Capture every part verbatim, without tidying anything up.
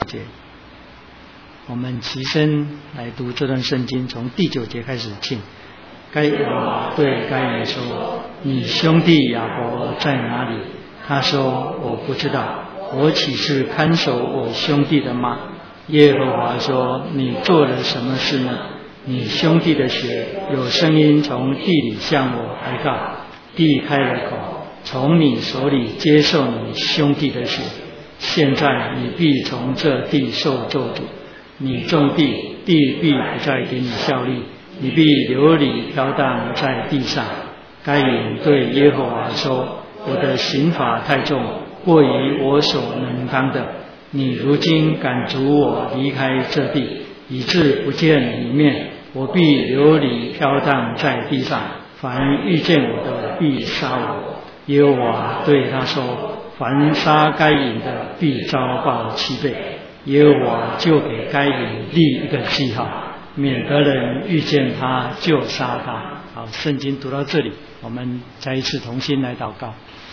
节。我们齐声来读这段圣经，从第九节开始请。该隐对该隐说：你兄弟亚伯在哪里？他说：我不知道，我岂是看守我兄弟的吗？耶和华说：你做了什么事呢？你兄弟的血有声音从地里向我哀告，地开了口，从你手里接受你兄弟的血。现在你必从这地受咒诅，你种地，地必不再给你效力，你必流离飘荡在地上。该隐对耶和华说：我的刑罚太重，过于我所能当的。你如今赶逐我离开这地，以致不见你面，我必流离飘荡在地上，凡遇见我的必杀我。耶和华对他说：凡杀该隐的必遭报七倍。耶和华就给该隐立一个记号，免得人遇见他就杀他。好，圣经读到这里，我们再一次同心来祷告。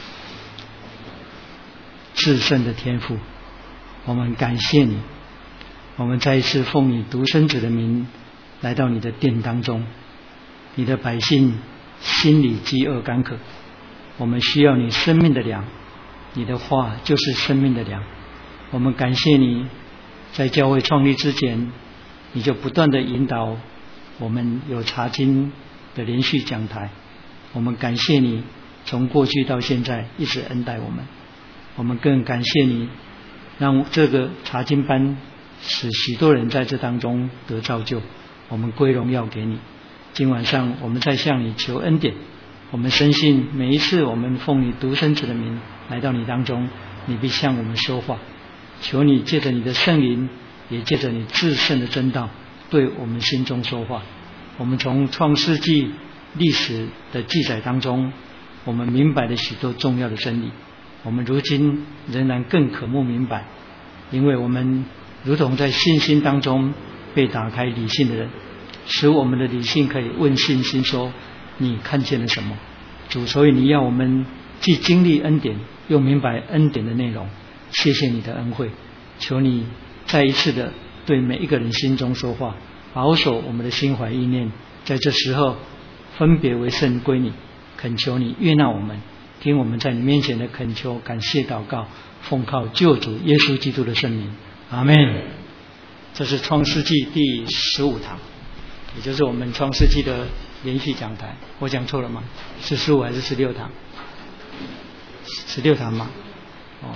至圣的天父，我们感谢你，我们再一次奉你独生子的名来到你的殿当中。你的百姓心里饥饿干渴，我们需要你生命的粮，你的话就是生命的粮。我们感谢你，在教会创立之前，你就不断的引导我们有查经的连续讲台。我们感谢你从过去到现在一直恩待我们。我们更感谢你让这个查经班使许多人在这当中得造就，我们归荣耀给你。今晚上我们再向你求恩典，我们深信每一次我们奉你独生子的名来到你当中，你必向我们说话。求你借着你的圣灵，也借着你至圣的真道对我们心中说话。我们从创世纪历史的记载当中，我们明白了许多重要的真理，我们如今仍然更渴慕明白，因为我们如同在信心当中被打开理性的人，使我们的理性可以问信心说：你看见了什么？主，所以你要我们既经历恩典，又明白恩典的内容。谢谢你的恩惠，求你再一次的对每一个人心中说话，保守我们的心怀意念，在这时候分别为圣归你。恳求你悦纳我们，听我们在你面前的恳求、感谢、祷告，奉靠救主耶稣基督的圣名，阿们。这是创世纪第十五堂，也就是我们创世纪的连续讲台。我讲错了吗？是十五还是十六堂？十六堂吗？哦，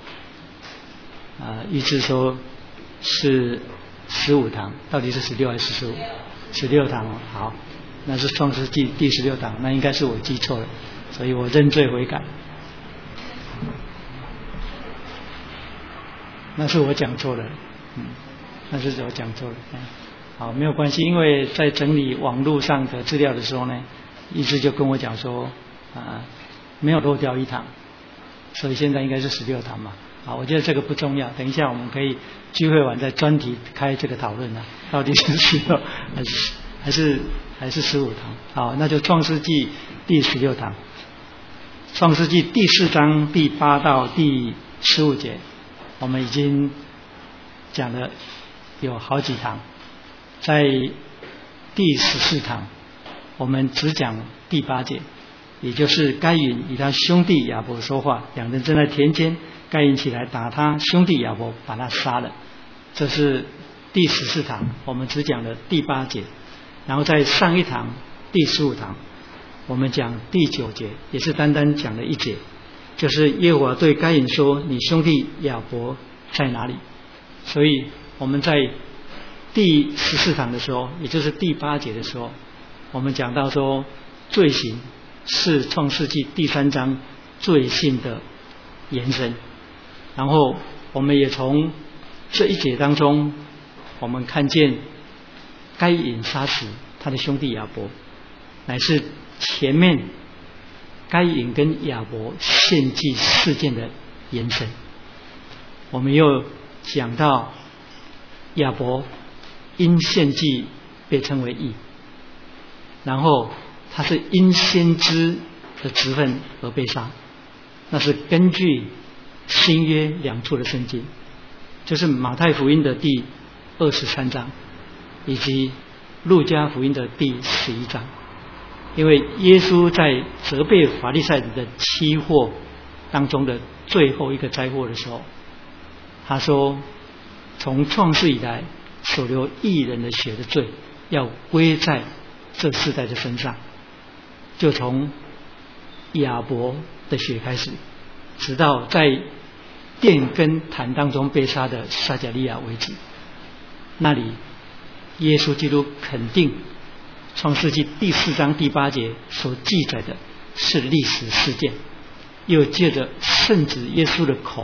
啊，预知说是十五堂，到底是十六还是十五？十六堂哦，好，那是创世纪第十六堂，那应该是我记错了，所以我认罪悔改。那是我讲错了，嗯，那是我讲错了，嗯，好，没有关系，因为在整理网络上的资料的时候呢，一直就跟我讲说，啊，没有漏掉一堂，所以现在应该是十六堂嘛。好，我觉得这个不重要，等一下我们可以聚会完再专题开这个讨论啊，到底是十六还是还是还是十五堂？好，那就创世纪第十六堂，创世纪第四章第八到第十五节，我们已经讲了有好几堂，在第十四堂我们只讲第八节，也就是该隐与他兄弟亚伯说话，两人正在田间，该隐起来打他兄弟亚伯，把他杀了。这是第十四堂，我们只讲了第八节。然后在上一堂第十五堂，我们讲第九节，也是单单讲了一节，就是耶和华对该隐说：你兄弟亚伯在哪里？所以我们在第十四堂的时候，也就是第八节的时候，我们讲到说罪行是创世纪第三章罪性的延伸，然后我们也从这一节当中，我们看见该隐杀死他的兄弟亚伯，乃是前面该隐跟亚伯献祭事件的延伸。我们又讲到亚伯因献祭被称为义，然后他是因先知的职分而被杀，那是根据新约两处的圣经， 就是马太福音的第二十三章，以及路加福音的第十一章。因为耶稣在责备法利赛人的欺祸当中的最后一个灾祸的时候，他说从创世以来所流义人的血的罪要归在这世代的身上，就从亚伯的血开始，直到在殿跟坛当中被杀的撒迦利亚为止。那里耶稣基督肯定创世纪第四章第八节所记载的是历史事件，又借着圣子耶稣的口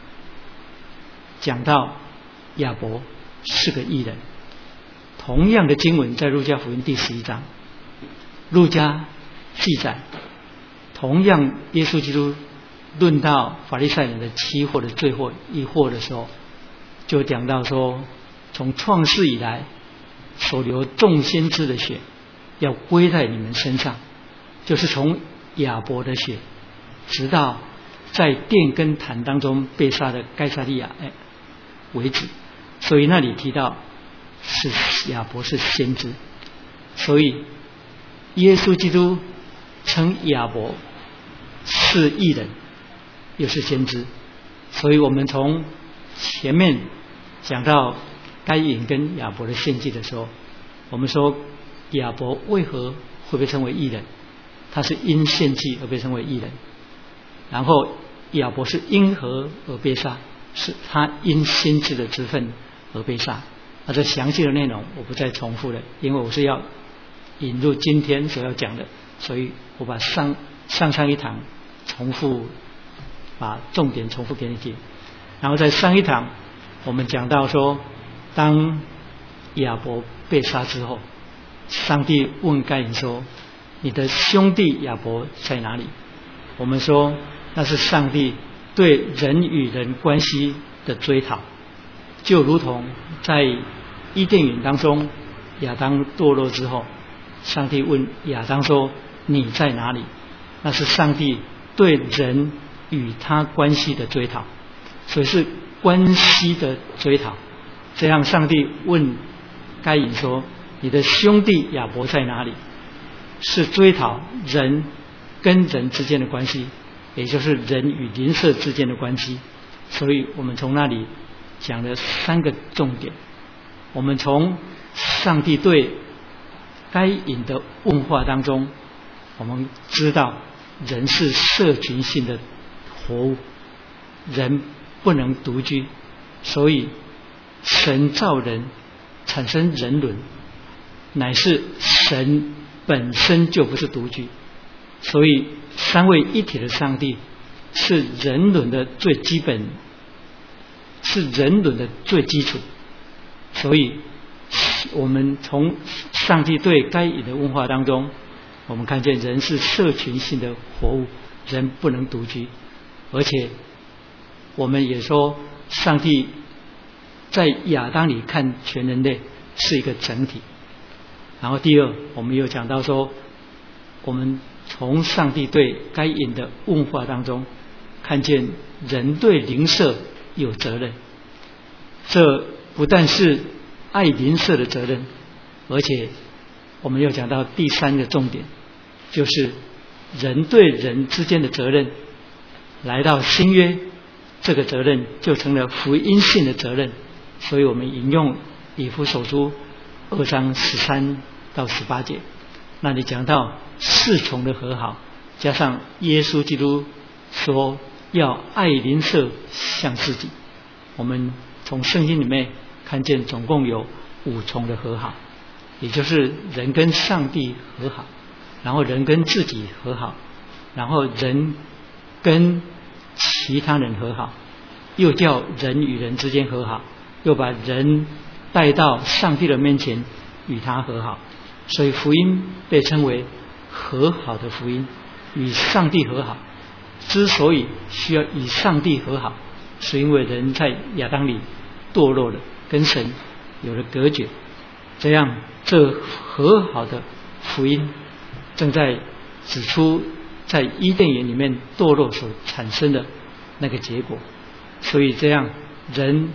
讲到亚伯是个义人。同样的经文在路加福音第十一章，路加记载同样耶稣基督论到法利赛人的欺祸的罪祸疑惑的时候，就讲到说从创世以来所流众先知的血要归在你们身上，就是从亚伯的血直到在殿跟坛当中被杀的该撒利亚为止。所以那里提到是亚伯是先知，所以耶稣基督称亚伯是义人又是先知。所以我们从前面讲到该隐跟亚伯的献祭的时候，我们说亚伯为何会被称为义人？他是因献祭而被称为义人。然后亚伯是因何而被杀？是他因先知的职分而被杀。那这详细的内容我不再重复了，因为我是要引入今天所要讲的，所以我把上上上一堂重复，把重点重复给你听。然后在上一堂我们讲到说，当亚伯被杀之后，上帝问该隐说：“你的兄弟亚伯在哪里？”我们说那是上帝对人与人关系的追讨，就如同在伊甸园当中，亚当堕落之后，上帝问亚当说：“你在哪里？”那是上帝对人与他关系的追讨，所以是关系的追讨。这样上帝问该隐说：“你的兄弟亚伯在哪里？”是追讨人跟人之间的关系，也就是人与邻舍之间的关系。所以我们从那里讲了三个重点。我们从上帝对该隐的问话当中，我们知道人是社群性的活物，人不能独居，所以神造人产生人伦，乃是神本身就不是独居。所以三位一体的上帝是人伦的最基本，是人伦的最基础。所以我们从上帝对该隐的问话当中，我们看见人是社群性的活物，人不能独居。而且我们也说上帝在亚当里看全人类是一个整体。然后第二，我们又讲到说，我们从上帝对该隐的问话当中看见人对邻舍有责任，这不但是爱邻舍的责任，而且我们又讲到第三个重点，就是人对人之间的责任。来到新约，这个责任就成了福音性的责任。所以我们引用以弗所书二章十三到十八节，那里讲到四重的和好，加上耶稣基督说要爱邻舍像自己。我们从圣经里面看见总共有五重的和好，也就是人跟上帝和好，然后人跟自己和好，然后人跟其他人和好，又叫人与人之间和好，又把人带到上帝的面前与他和好。所以福音被称为和好的福音，与上帝和好。之所以需要与上帝和好，是因为人在亚当里堕落了，跟神有了隔绝。这样这和好的福音正在指出在伊甸园里面堕落所产生的那个结果。所以这样人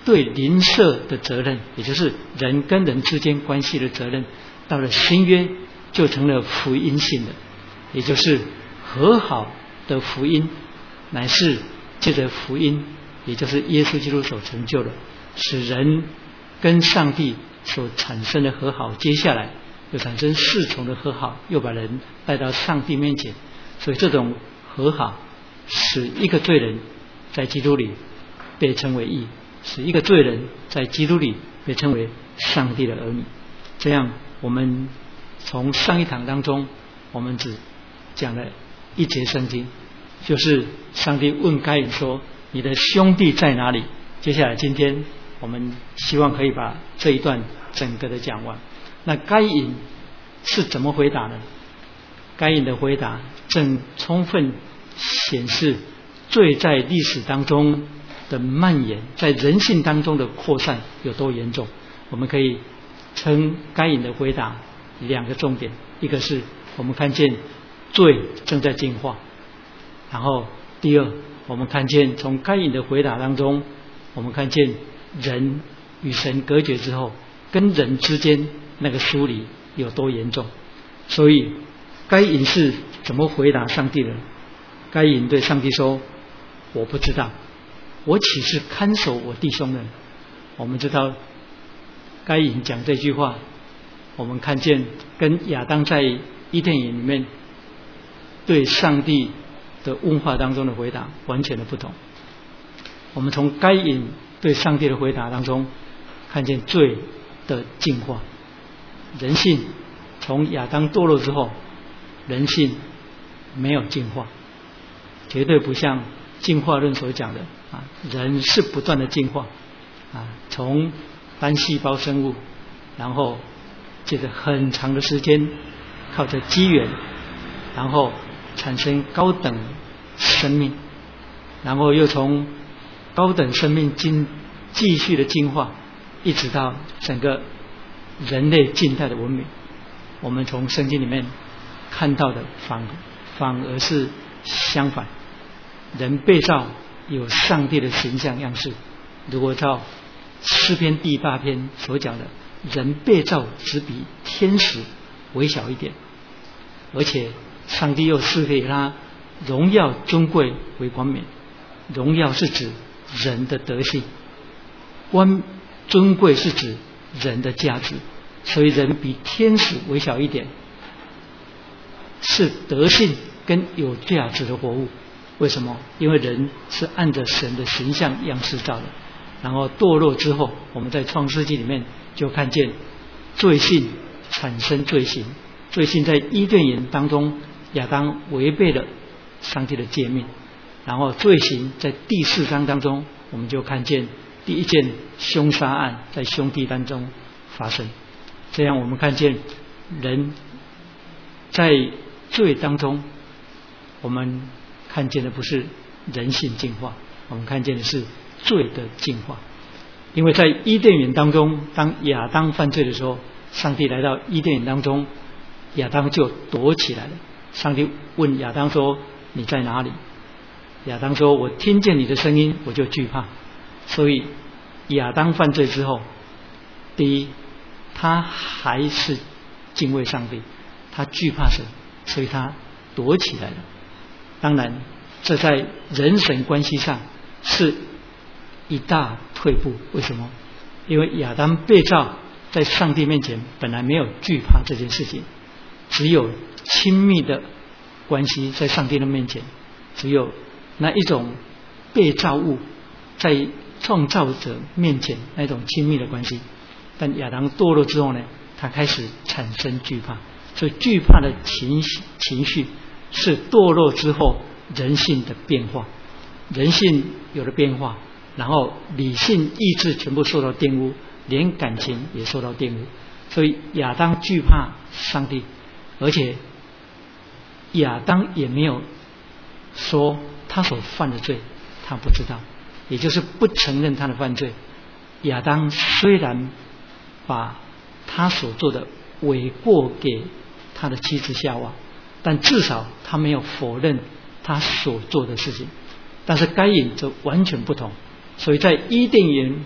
对邻舍的责任，也就是人跟人之间关系的责任，到了新约就成了福音性的，也就是和好的福音，乃是借着福音，也就是耶稣基督所成就的，使人跟上帝所产生的和好，接下来又产生四重的和好，又把人带到上帝面前。所以这种和好使一个罪人在基督里被称为义，使一个罪人在基督里被称为上帝的儿女。这样我们从上一堂当中，我们只讲了一节圣经，就是上帝问该隐说，你的兄弟在哪里？接下来今天我们希望可以把这一段整个的讲完。那该隐是怎么回答呢？该隐的回答正充分显示罪在历史当中的蔓延，在人性当中的扩散有多严重。我们可以称该隐的回答两个重点，一个是我们看见罪正在进化，然后第二，我们看见从该隐的回答当中，我们看见人与神隔绝之后，跟人之间那个疏离有多严重。所以该隐是怎么回答上帝的？该隐对上帝说，我不知道，我岂是看守我弟兄呢？我们知道该隐讲这句话，我们看见跟亚当在伊甸园里面对上帝的问话当中的回答完全的不同。我们从该隐对上帝的回答当中看见罪的进化。人性从亚当堕落之后，人性没有进化，绝对不像进化论所讲的啊，人是不断的进化啊，从单细胞生物，然后接着很长的时间靠着机缘，然后产生高等生命，然后又从高等生命进继续的进化，一直到整个人类近代的文明。我们从圣经里面看到的反反而是相反，人被造有上帝的形象样式。如果照诗篇第八篇所讲的，人被造只比天使微小一点，而且上帝又赐给他荣耀尊贵为冠冕。荣耀是指人的德性，冠尊贵是指人的价值，所以人比天使微小一点，是德性跟有价值的活物。为什么？因为人是按着神的形象样式造的，然后堕落之后，我们在创世纪里面就看见罪性产生罪行。罪性在伊甸园当中，亚当违背了上帝的诫命，然后罪行在第四章当中，我们就看见第一件凶杀案在兄弟当中发生。这样我们看见人在罪当中，我们看见的不是人性进化，我们看见的是罪的进化。因为在伊甸园当中，当亚当犯罪的时候，上帝来到伊甸园当中，亚当就躲起来了。上帝问亚当说，你在哪里？亚当说，我听见你的声音我就惧怕。所以亚当犯罪之后，第一，他还是敬畏上帝，他惧怕神，所以他躲起来了。当然这在人神关系上是一大退步。为什么？因为亚当被造在上帝面前本来没有惧怕这件事情，只有亲密的关系在上帝的面前，只有那一种被造物在创造者面前那种亲密的关系。但亚当堕落之后呢，他开始产生惧怕，所以惧怕的情情绪是堕落之后人性的变化。人性有了变化，然后理性意志全部受到玷污，连感情也受到玷污。所以亚当惧怕上帝，而且亚当也没有说他所犯的罪他不知道，也就是不承认他的犯罪。亚当虽然把他所做的诿过给他的妻子夏娃，但至少他没有否认他所做的事情。但是该隐则完全不同，所以在伊甸园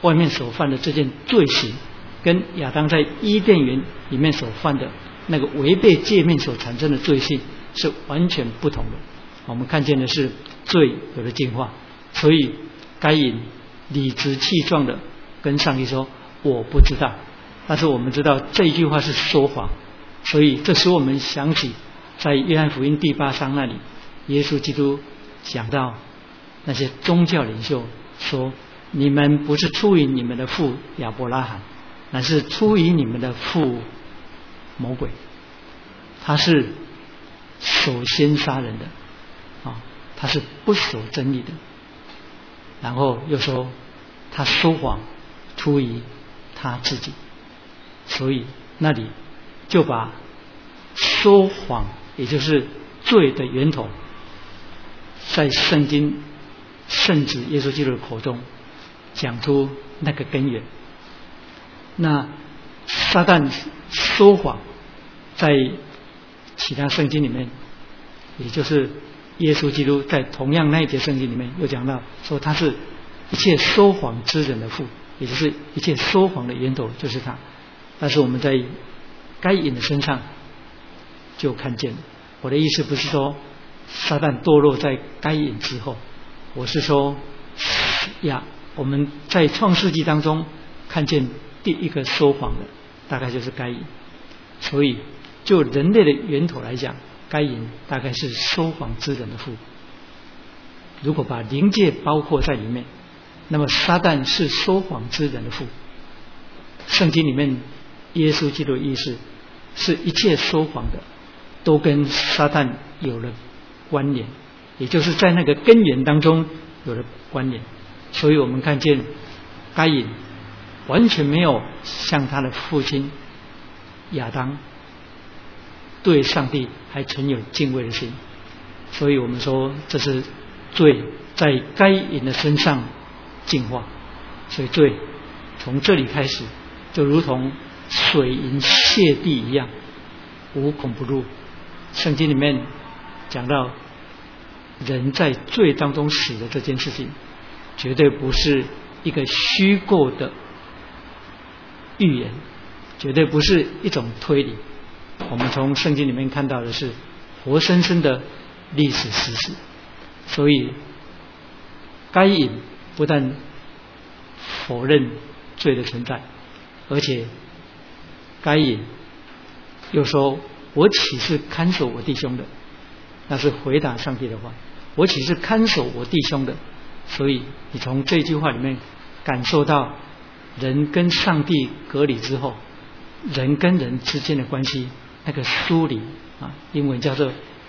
外面所犯的这件罪行，跟亚当在伊甸园里面所犯的那个违背诫命所产生的罪性是完全不同的。我们看见的是罪有了进化，所以该隐理直气壮的跟上帝说我不知道。但是我们知道这一句话是说谎，所以这使我们想起在约翰福音第八章那里，耶稣基督讲到那些宗教领袖说，你们不是出于你们的父亚伯拉罕，乃是出于你们的父魔鬼，他是首先杀人的啊，他是不守真理的。然后又说他说谎出于他自己，所以那里就把说谎也就是罪的源头在圣经圣子耶稣基督的口中讲出那个根源。那撒旦说谎在其他圣经里面，也就是耶稣基督在同样那一节圣经里面又讲到说他是一切说谎之人的父，也就是一切说谎的源头就是他。但是我们在该隐的身上就看见了，我的意思不是说撒旦堕落在该隐之后，我是说呀，我们在创世纪当中看见第一个说谎的大概就是该隐。所以就人类的源头来讲，该隐大概是说谎之人的父。如果把灵界包括在里面，那么撒旦是说谎之人的父。圣经里面耶稣基督的意思是一切说谎的都跟撒旦有了关联，也就是在那个根源当中有了关联。所以我们看见该隐完全没有像他的父亲亚当对上帝还存有敬畏的心，所以我们说这是罪在该隐的身上进化。所以罪从这里开始就如同水银泻地一样，无孔不入。圣经里面讲到人在罪当中死的这件事情，绝对不是一个虚构的预言，绝对不是一种推理。我们从圣经里面看到的是活生生的历史事实。所以该隐不但否认罪的存在，而且该隐又说我岂是看守我弟兄的，那是回答上帝的话，我岂是看守我弟兄的。所以你从这句话里面感受到人跟上帝隔离之后，人跟人之间的关系那个疏离啊，英文叫做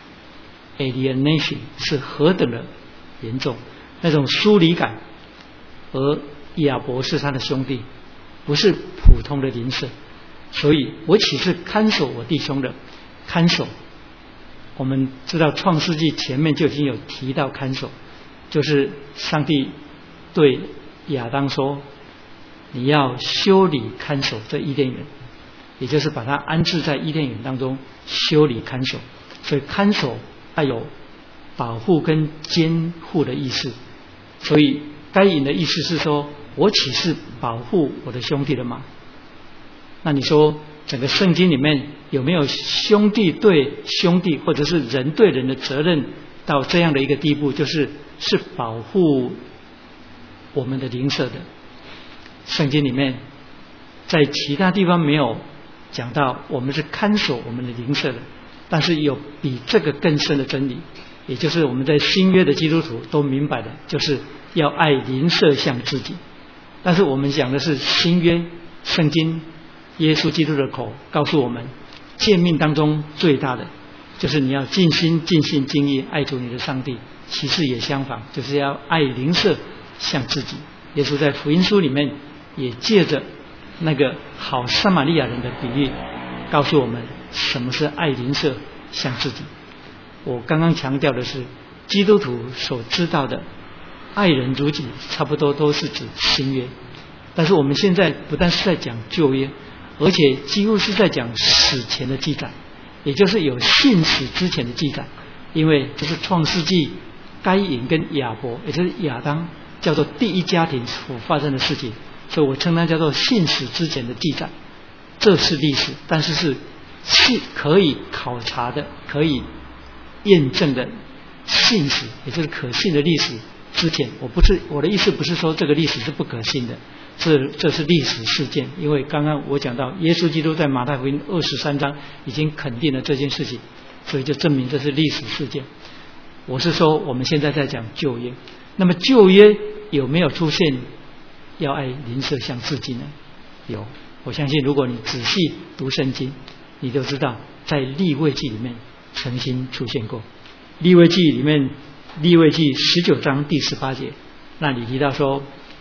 alienation， 是何等的严重，那种疏离感。而亚伯是他的兄弟，不是普通的邻舍，所以我岂是看守我弟兄的。看守我们知道创世纪前面就已经有提到看守，就是上帝对亚当说你要修理看守这伊甸园，也就是把它安置在伊甸园当中修理看守。所以看守带有保护跟监护的意思。所以该隐的意思是说，我岂是保护我的兄弟了吗？那你说整个圣经里面有没有兄弟对兄弟或者是人对人的责任到这样的一个地步，就是是保护我们的邻舍的？圣经里面在其他地方没有讲到我们是看守我们的邻舍的，但是有比这个更深的真理，也就是我们在新约的基督徒都明白的，就是要爱邻舍像自己。但是我们讲的是新约圣经耶稣基督的口告诉我们，诫命当中最大的就是你要尽心尽性尽意爱主你的上帝，其次也相反，就是要爱邻舍像自己。耶稣在福音书里面也借着那个好撒玛利亚人的比喻告诉我们什么是爱邻舍像自己。我刚刚强调的是基督徒所知道的爱人如己差不多都是指新约，但是我们现在不但是在讲旧约，而且几乎是在讲史前的记载，也就是有信史之前的记载。因为这是创世纪该隐跟亚伯，也就是亚当叫做第一家庭所发生的事情， 所以我称它叫做信史之前的记载。这是历史，但是是是可以考察的、可以验证的信史，也就是可信的历史之前。我不是我的意思不是说这个历史是不可信的，这这是历史事件。因为刚刚我讲到耶稣基督在马太福音二十三章已经肯定了这件事情，所以就证明这是历史事件。我是说我们现在在讲旧约，那么旧约有没有出现要爱邻舍像自己呢？有。我相信如果你仔细读圣经，你就知道在利未记里面曾经出现过。利未记里面，利未记十九章第十八节那里提到说，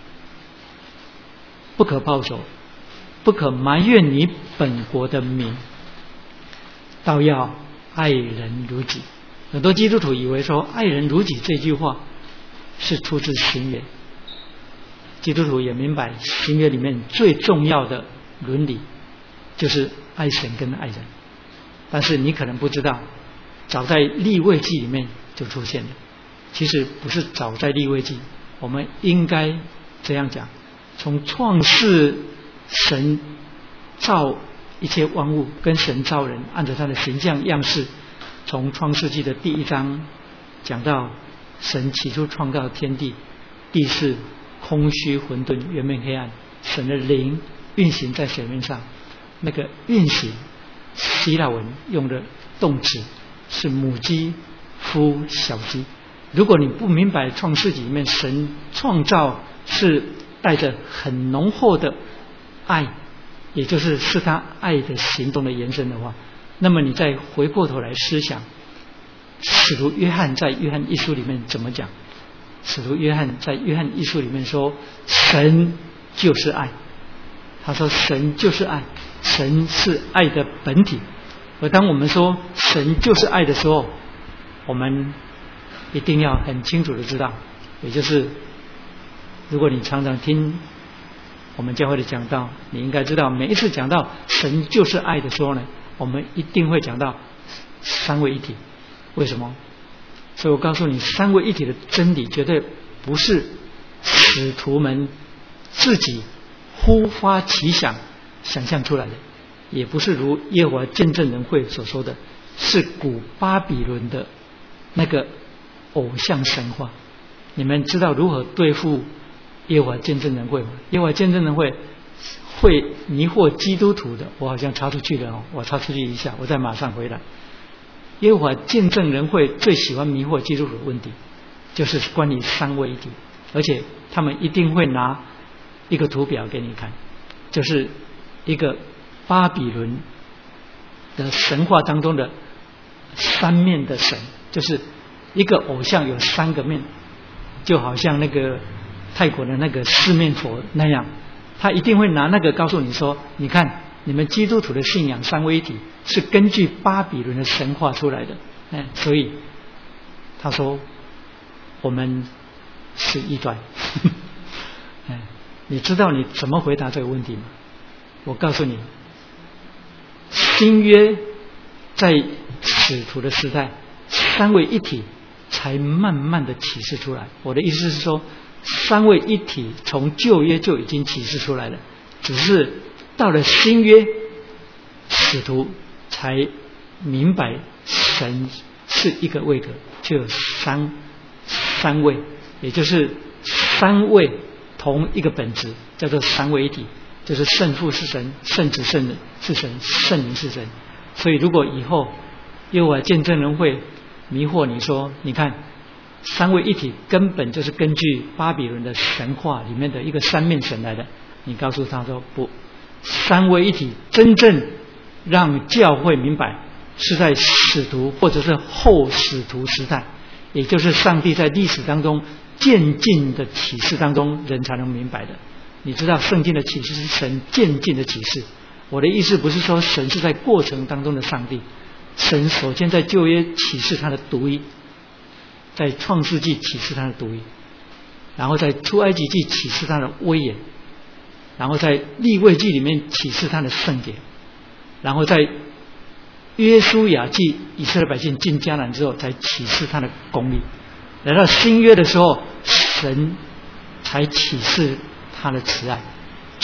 不可报仇，不可埋怨你本国的民，倒要爱人如己。很多基督徒以为说爱人如己这句话是出自新约，基督徒也明白新约里面最重要的伦理就是爱神跟爱人，但是你可能不知道，早在利未记里面就出现了。其实不是早在利未记，我们应该这样讲，从创世神造一切万物，跟神造人，按照他的形象样式，从创世纪的第一章讲到神起初创造天地，地是空虚混沌，原面黑暗，神的灵运行在水面上。那个运行希腊文用的动词是母鸡孵小鸡。如果你不明白创世纪里面神创造是带着很浓厚的爱，也就是是他爱的行动的延伸的话，那么你再回过头来思想使徒约翰在约翰一书里面怎么讲。使徒约翰在约翰一书里面说，神就是爱。他说神就是爱，神是爱的本体。而当我们说神就是爱的时候，我们一定要很清楚的知道，也就是如果你常常听我们教会的讲道，你应该知道每一次讲到神就是爱的时候呢，我们一定会讲到三位一体。为什么？所以我告诉你，三位一体的真理绝对不是使徒们自己忽发奇想想象出来的，也不是如耶和华见证人会所说的，是古巴比伦的那个偶像神话。你们知道如何对付耶和华见证人会吗？耶和华见证人会会迷惑基督徒的。我好像插出去了哦，我插出去一下，我再马上回来。耶和华见证人会最喜欢迷惑基督徒的问题，就是关于三位一体，而且他们一定会拿一个图表给你看，就是一个巴比伦的神话当中的三面的神，就是一个偶像有三个面，就好像那个泰国的那个四面佛那样，他一定会拿那个告诉你说，你看你们基督徒的信仰三位一体是根据巴比伦的神话出来的。哎，所以他说我们是异端。哎，你知道你怎么回答这个问题吗？我告诉你，新约在使徒的时代，三位一体才慢慢的启示出来。我的意思是说，三位一体从旧约就已经启示出来了，只是到了新约，使徒才明白神是一个位格，就有三三位，也就是三位同一个本质，叫做三位一体，就是圣父是神，圣子圣人是神，圣灵是神。所以如果以后耶和华见证人会迷惑你说，你看三位一体根本就是根据巴比伦的神话里面的一个三面神来的，你告诉他说不，三位一体真正让教会明白是在使徒或者是后使徒时代，也就是上帝在历史当中渐进的启示当中人才能明白的。你知道圣经的启示是神渐进的启示，我的意思不是说神是在过程当中的上帝，神首先在旧约启示他的独一，在创世纪启示他的独一，然后在出埃及记启示他的威严，然后在利未记里面启示他的圣洁，然后在约书亚记以色列百姓进迦南之后才启示他的公义，来到新约的时候神才启示他的慈爱。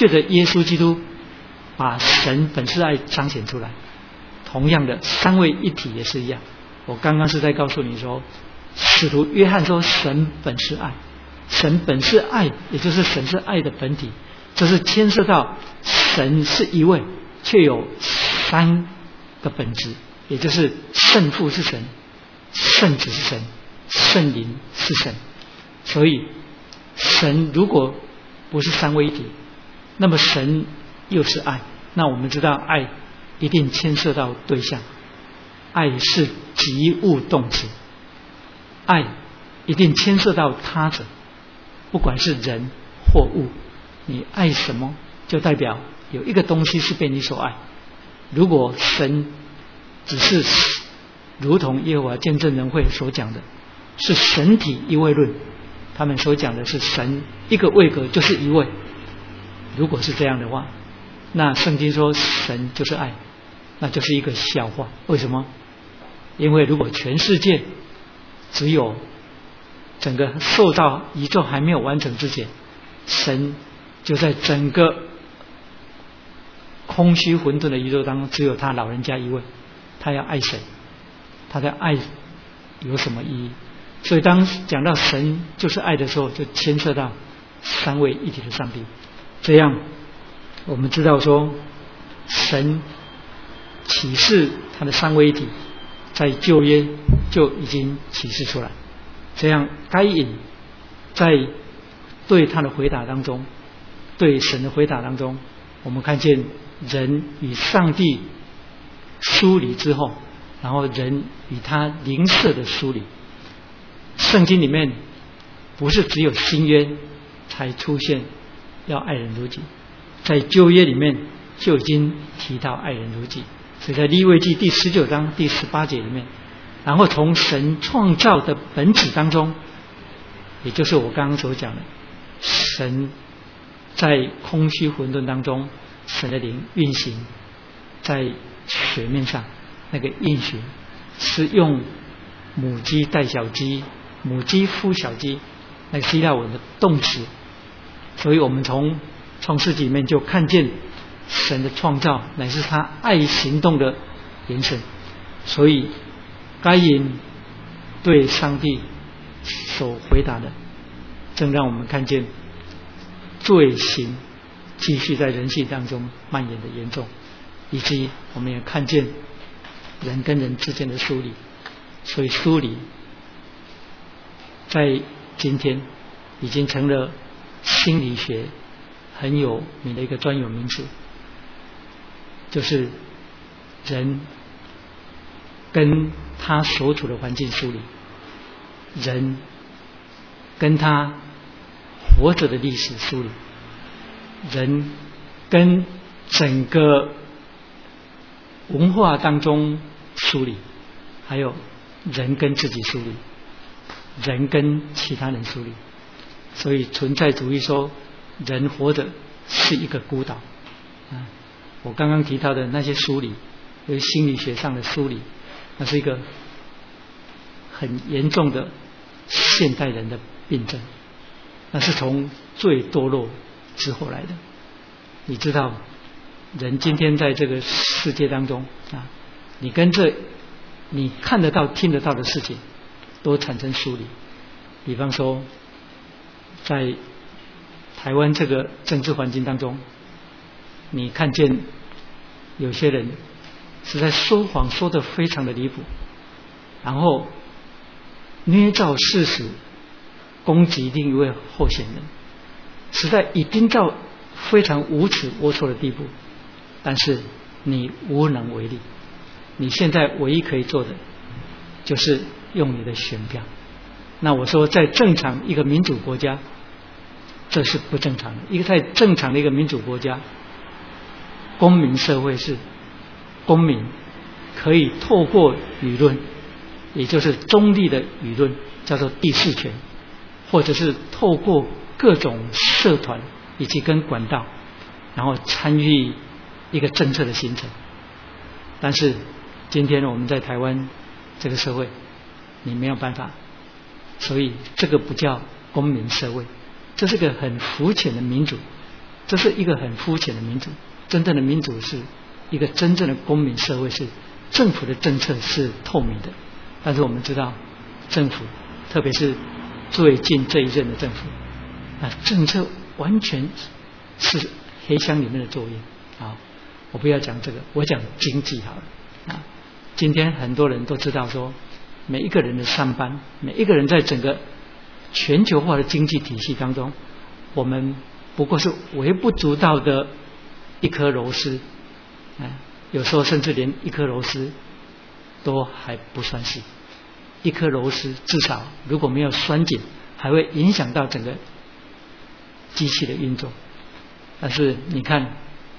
借着耶稣基督把神本是爱彰显出来。同样的，三位一体也是一样。我刚刚是在告诉你说，使徒约翰说神本是爱，神本是爱，也就是神是爱的本体，这是牵涉到神是一位，却有三个本质，也就是圣父是神，圣子是神，圣灵是神。所以神如果不是三位一体，那么神又是爱。那我们知道爱一定牵涉到对象，爱是及物动词，爱一定牵涉到他者，不管是人或物，你爱什么就代表有一个东西是被你所爱。如果神只是如同耶和华见证人会所讲的是神体一位论，他们所讲的是神一个位格就是一位，如果是这样的话，那圣经说神就是爱，那就是一个笑话。为什么？因为如果全世界只有整个受造宇宙还没有完成之前，神就在整个空虚混沌的宇宙当中只有他老人家一位，他要爱谁？他的爱有什么意义？所以当讲到神就是爱的时候，就牵涉到三位一体的上帝。这样我们知道说，神启示他的三位一体在旧约就已经启示出来。这样该隐在对他的回答当中，对神的回答当中，我们看见人与上帝疏离之后，然后人与他邻舍的疏离。圣经里面不是只有新约才出现要爱人如己，在旧约里面就已经提到爱人如己。所以在利未记第十九章第十八节里面，然后从神创造的本质当中，也就是我刚刚所讲的，神在空虚混沌当中，神的灵运行在水面上，那个运行是用母鸡带小鸡，母鸡孵小鸡，那个希腊文的动词。所以我们从创世纪里面就看见神的创造乃是他爱行动的延伸。所以该隐对上帝所回答的，正让我们看见罪行继续在人性当中蔓延的严重，以及我们也看见人跟人之间的疏离。所以疏离在今天已经成了心理学很有名的一个专有名词，就是人跟他所处的环境疏离，人跟他活着的历史疏离，人跟整个文化当中疏离，还有人跟自己疏离，人跟其他人疏离。所以存在主义说人活着是一个孤岛。啊，我刚刚提到的那些疏离，就是心理学上的疏离，那是一个很严重的现代人的病症，那是从最堕落之后来的。你知道人今天在这个世界当中啊，你跟这你看得到听得到的事情都产生疏离。比方说在台湾这个政治环境当中，你看见有些人实在说谎说得非常的离谱，然后捏造事实攻击另一位候选人，实在已经到非常无耻龌龊的地步，但是你无能为力。你现在唯一可以做的就是用你的选票。那我说在正常一个民主国家这是不正常的。一个在正常的一个民主国家，公民社会是公民可以透过舆论，也就是中立的舆论，叫做第四权，或者是透过各种社团以及跟管道，然后参与一个政策的形成。但是今天我们在台湾这个社会，你没有办法，所以这个不叫公民社会，这是个很肤浅的民主。 这是一个很肤浅的民主。真正的民主是一个真正的公民社会，是政府的政策是透明的。但是我们知道，政府特别是最近这一任的政府，啊，政策完全是黑箱里面的作业。好，我不要讲这个，我讲经济好了。啊，今天很多人都知道说，每一个人的上班，每一个人在整个全球化的经济体系当中，我们不过是微不足道的一颗螺丝，哎，有时候甚至连一颗螺丝都还不算是。一颗螺丝至少如果没有拴紧，还会影响到整个机器的运作。但是你看，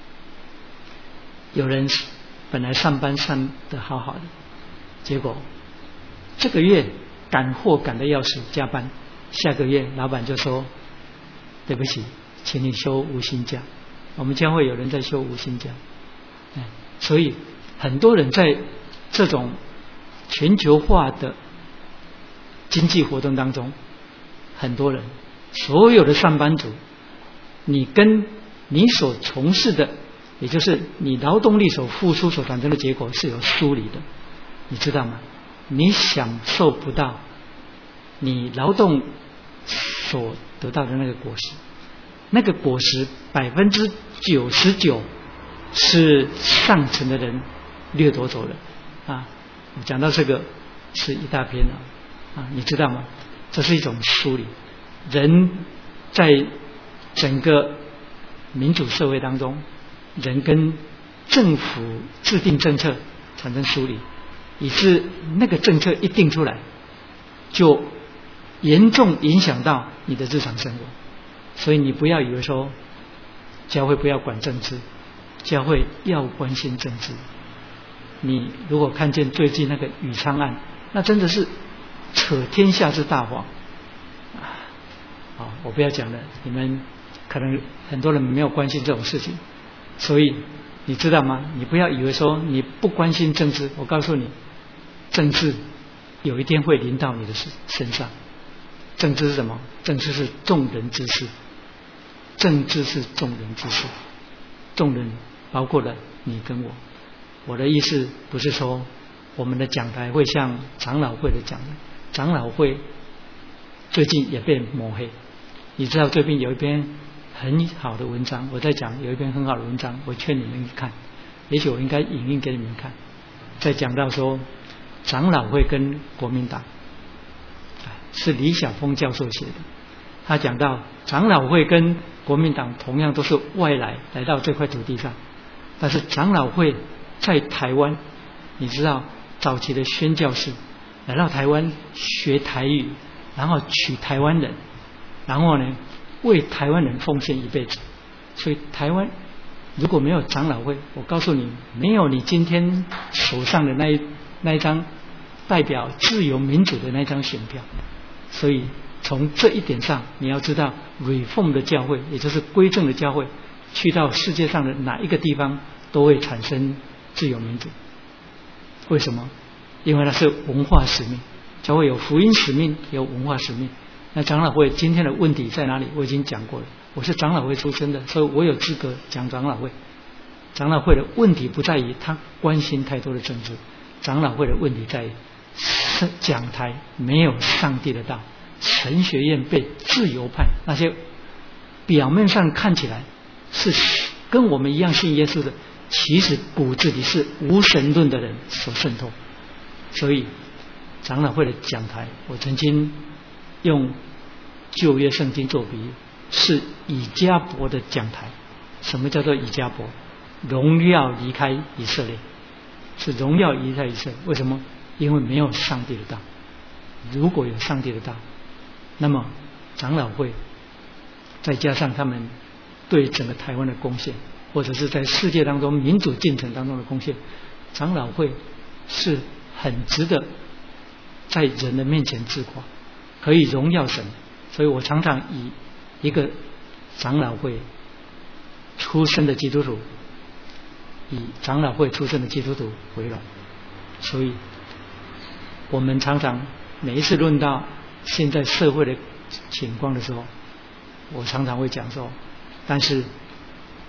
有人本来上班上得好好的，结果这个月赶货赶得要死，加班，下个月老板就说对不起，请你休无薪假。我们将会有人在休无薪假，所以很多人在这种全球化的经济活动当中，很多人所有的上班族，你跟你所从事的，也就是你劳动力所付出所产生的结果是有疏离的，你知道吗？你享受不到你劳动所得到的那个果实，那个果实百分之九十九是上层的人掠夺走了啊！我讲到这个是一大篇了啊，你知道吗？这是一种疏离，人在整个民主社会当中，人跟政府制定政策产生疏离，以致那个政策一定出来，就严重影响到你的日常生活。所以你不要以为说教会不要管政治，教会要关心政治。你如果看见最近那个宇昌案，那真的是扯天下之大谎啊！好，我不要讲了，你们可能很多人没有关心这种事情，所以你知道吗？你不要以为说你不关心政治，我告诉你，政治有一天会临到你的身上。政治是什么？政治是众人之事，政治是众人之事，众人包括了你跟我。我的意思不是说我们的讲台会像长老会的讲台，长老会最近也被抹黑。你知道最近有一篇很好的文章，我在讲有一篇很好的文章，我劝你们看，也许我应该引用给你们看，在讲到说长老会跟国民党，是李晓峰教授写的。他讲到长老会跟国民党同样都是外来来到这块土地上，但是长老会在台湾，你知道早期的宣教士来到台湾学台语，然后娶台湾人，然后呢为台湾人奉献一辈子。所以台湾如果没有长老会，我告诉你，没有你今天手上的那一那一张代表自由民主的那张选票。所以从这一点上，你要知道 Reform 的教会，也就是归正的教会，去到世界上的哪一个地方都会产生自由民主。为什么？因为它是文化使命，教会有福音使命，有文化使命。那长老会今天的问题在哪里？我已经讲过了，我是长老会出身的，所以我有资格讲长老会。长老会的问题不在于他关心太多的政治，长老会的问题在于讲台没有上帝的道，神学院被自由派那些表面上看起来是跟我们一样信耶稣的，其实骨子里是无神论的人所渗透。所以长老会的讲台，我曾经用旧约圣经做比喻，是以迦伯的讲台。什么叫做以迦伯？荣耀离开以色列，是荣耀离开以色列。为什么？因为没有上帝的道。如果有上帝的道，那么长老会再加上他们对整个台湾的贡献，或者是在世界当中民主进程当中的贡献，长老会是很值得在人的面前自夸，可以荣耀神。所以我常常以一个长老会出身的基督徒，以长老会出身的基督徒为荣。所以我们常常每一次论到现在社会的情况的时候，我常常会讲说，但是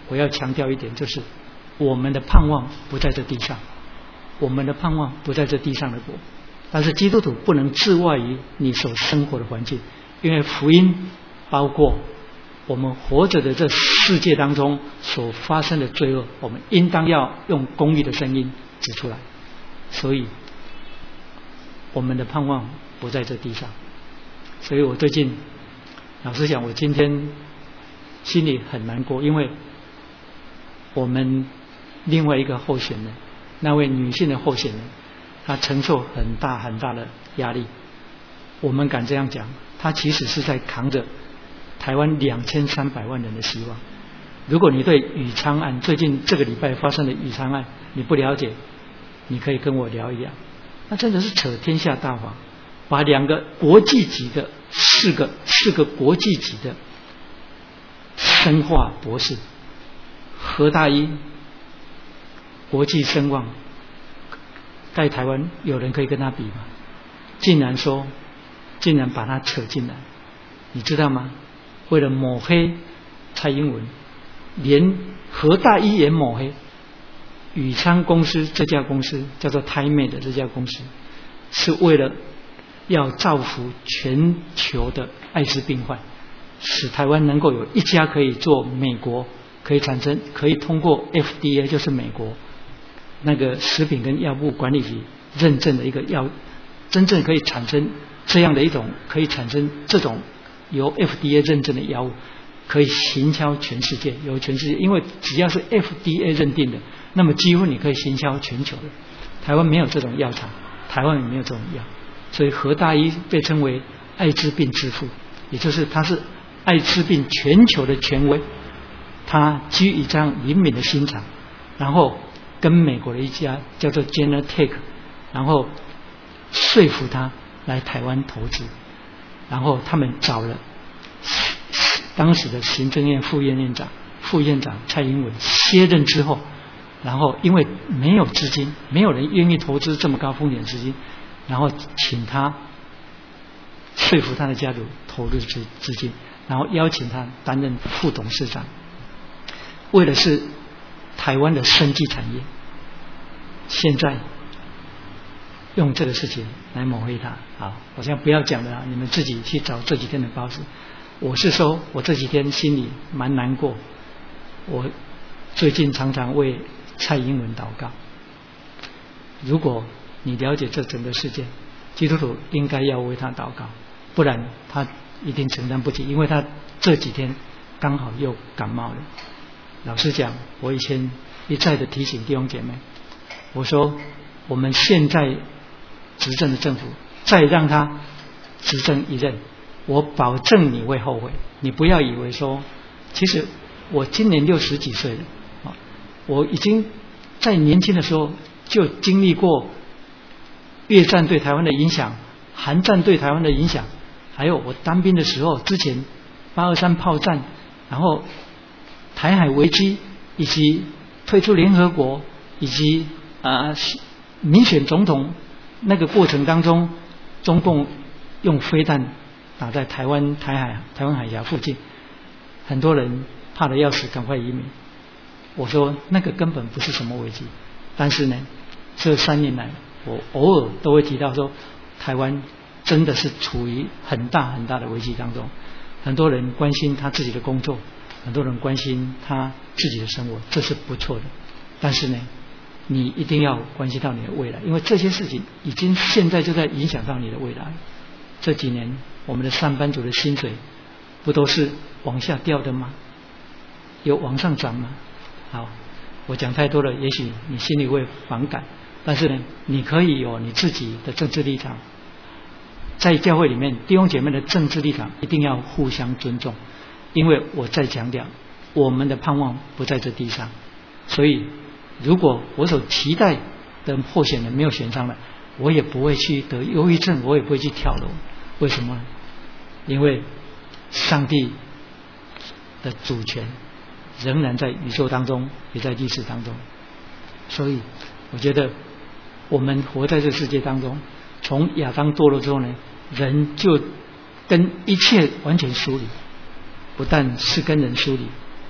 我要强调一点，就是我们的盼望不在这地上，我们的盼望不在这地上的国。但是基督徒不能置外于你所生活的环境，因为福音包括我们活着的这世界当中所发生的罪恶，我们应当要用公义的声音指出来。所以我们的盼望不在这地上。所以我最近老实讲，我今天心里很难过，因为我们另外一个候选人，那位女性的候选人，她承受很大很大的压力。我们敢这样讲，她其实是在扛着台湾两千三百万人的希望。如果你对宇昌案最近这个礼拜发生的宇昌案你不了解，你可以跟我聊一聊。那真的是扯天下大法，把两个国际级的四个四个国际级的生化博士，何大一国际声望，在台湾有人可以跟他比吗？竟然说，竟然把他扯进来，你知道吗？为了抹黑蔡英文，连何大一也抹黑。宇昌公司这家公司叫做台美的这家公司，是为了要造福全球的艾滋病患，使台湾能够有一家可以做美国可以产生可以通过 F D A 就是美国那个食品跟药物管理局认证的一个药，真正可以产生这样的一种可以产生这种由 F D A 认证的药物，可以行销全世界，由全世界，因为只要是 F D A 认定的，那么几乎你可以行销全球的。台湾没有这种药厂，台湾也没有这种药，所以何大一被称为艾滋病之父，也就是他是艾滋病全球的权威。他基于这样灵敏的心肠，然后跟美国的一家叫做 Genentech， 然后说服他来台湾投资，然后他们找了当时的行政院副院院长副院长蔡英文卸任之后，然后因为没有资金，没有人愿意投资这么高风险资金，然后请他说服他的家族投入资资金，然后邀请他担任副董事长，为的是台湾的生技产业。现在用这个事情来抹黑他，好，我现在不要讲了，你们自己去找这几天的报纸。我是说，我这几天心里蛮难过。我最近常常为蔡英文祷告。如果你了解这整个事件，基督徒应该要为他祷告，不然他一定承担不起，因为他这几天刚好又感冒了。老实讲，我以前一再的提醒弟兄姐妹，我说我们现在执政的政府再让他执政一任，我保证你会后悔。你不要以为说，其实我今年六十几岁了，我已经在年轻的时候就经历过越战对台湾的影响，韩战对台湾的影响，还有我当兵的时候，之前八二三炮战，然后台海危机，以及退出联合国，以及啊、呃、民选总统那个过程当中，中共用飞弹打在台湾台海台湾海峡附近，很多人怕得要死，赶快移民。我说那个根本不是什么危机，但是呢，这三年来，我偶尔都会提到说，台湾真的是处于很大很大的危机当中。很多人关心他自己的工作，很多人关心他自己的生活，这是不错的。但是呢，你一定要关心到你的未来，因为这些事情已经现在就在影响到你的未来。这几年我们的上班族的薪水不都是往下掉的吗？有往上涨吗？好，我讲太多了，也许你心里会反感，但是呢，你可以有你自己的政治立场。在教会里面，弟兄姐妹的政治立场一定要互相尊重，因为我再强调，我们的盼望不在这地上。所以如果我所期待的候选人没有选上了，我也不会去得忧郁症，我也不会去跳楼。为什么呢？因为上帝的主权仍然在宇宙当中，也在历史当中。所以我觉得我们活在这世界当中，从亚当堕落之后呢，人就跟一切完全疏离，不但是跟人疏离，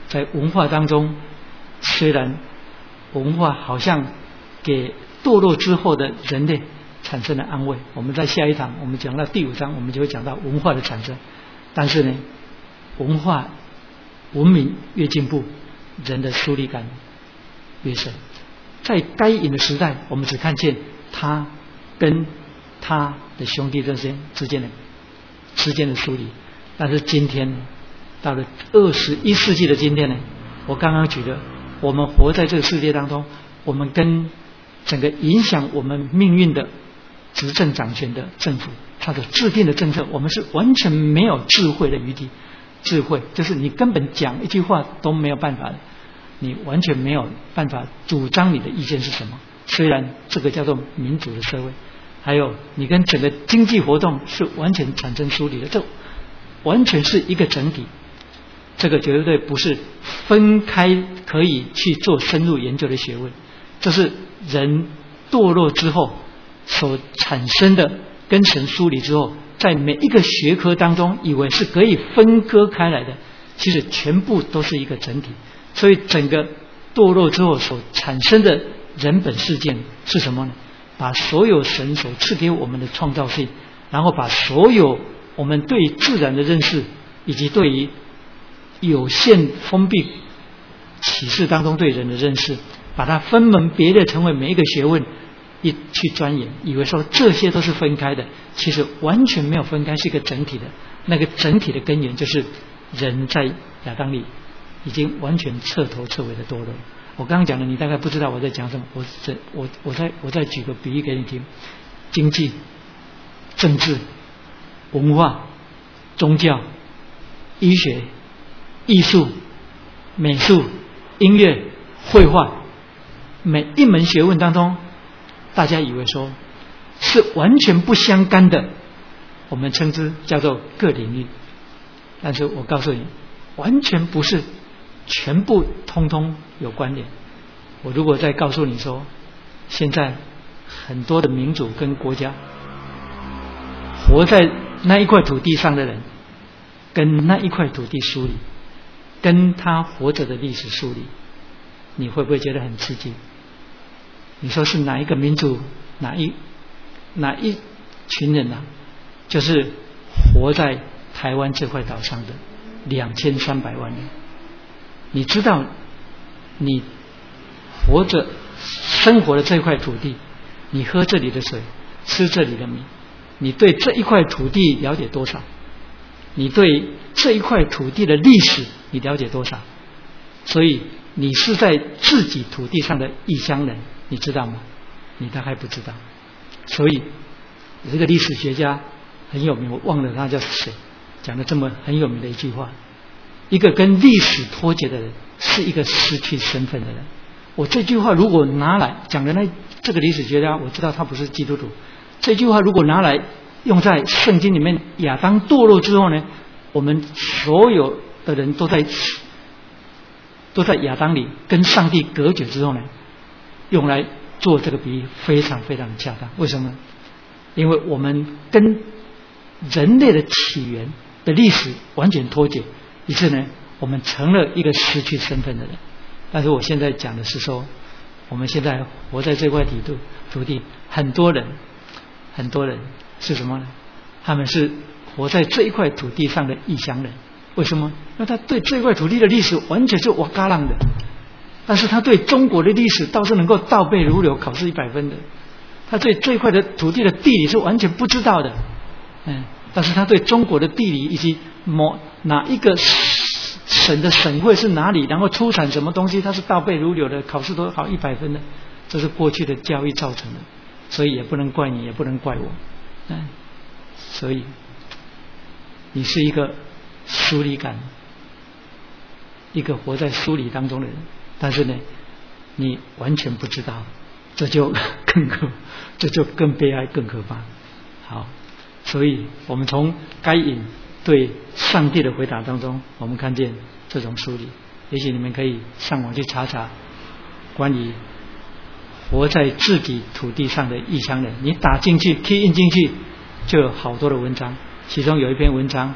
在文化当中，虽然文化好像给堕落之后的人类产生了安慰，我们在下一堂我们讲到第五章，我们就会讲到文化的产生。但是呢，文化文明越进步，人的疏离感越深。在该隐的时代，我们只看见他跟他的兄弟之间之间的之间的疏离。但是今天到了二十一世纪的今天呢，我刚刚举的，我们活在这个世界当中，我们跟整个影响我们命运的执政掌权的政府，他的制定的政策，我们是完全没有智慧的余地。智慧就是你根本讲一句话都没有办法的，你完全没有办法主张你的意见是什么。虽然这个叫做民主的社会，还有你跟整个经济活动是完全产生疏离的，这完全是一个整体。这个绝对不是分开可以去做深入研究的学问，这是人堕落之后所产生的，跟神疏离之后，在每一个学科当中以为是可以分割开来的，其实全部都是一个整体。所以整个堕落之后所产生的人本事件是什么呢？把所有神所赐给我们的创造性，然后把所有我们对自然的认识，以及对于有限封闭启示当中对人的认识，把它分门别类成为每一个学问一去钻研，以为说这些都是分开的，其实完全没有分开，是一个整体的。那个整体的根源就是人在亚当里已经完全彻头彻尾的堕落。我刚刚讲的你大概不知道我在讲什么，我这我我再我再举个比喻给你听：经济、政治、文化、宗教、医学、艺术、美术、音乐、绘画，每一门学问当中，大家以为说是完全不相干的，我们称之叫做各领域。但是我告诉你，完全不是，全部通通有关联。我如果再告诉你说，现在很多的民主跟国家，活在那一块土地上的人，跟那一块土地疏离，跟他活着的历史疏离，你会不会觉得很刺激？你说是哪一个民族，哪一哪一群人啊？就是活在台湾这块岛上的两千三百万人。你知道，你活着生活的这块土地，你喝这里的水，吃这里的米，你对这一块土地了解多少？你对这一块土地的历史你了解多少？所以你是在自己土地上的异乡人，你知道吗？你大概不知道。所以有一个历史学家很有名，我忘了他叫谁，讲的这么很有名的一句话：一个跟历史脱节的人是一个失去身份的人。我这句话如果拿来讲的那这个历史学家，我知道他不是基督徒，这句话如果拿来用在圣经里面，亚当堕落之后呢，我们所有的人都在都在亚当里跟上帝隔绝之后呢，用来做这个比喻非常非常的恰当。为什么？因为我们跟人类的起源的历史完全脱节，于是呢，我们成了一个失去身份的人。但是我现在讲的是说，我们现在活在这块土地，土地很多人，很多人是什么呢？他们是活在这一块土地上的异乡人。为什么？那他对这块土地的历史完全是哇嘎浪的，但是他对中国的历史倒是能够倒背如流，考试一百分的。他对这块的土地的地理是完全不知道的，嗯，但是他对中国的地理以及某哪一个省的省会是哪里，然后出产什么东西，他是倒背如流的，考试都考一百分的。这是过去的教育造成的，所以也不能怪你，也不能怪我，嗯，所以你是一个疏离感，一个活在疏离当中的人，但是呢，你完全不知道，这就更可，这就更悲哀，更可怕。好，所以我们从该隐对上帝的回答当中，我们看见这种疏离。也许你们可以上网去查查关于活在自己土地上的异乡人，你打进去 key in 进去，就有好多的文章。其中有一篇文章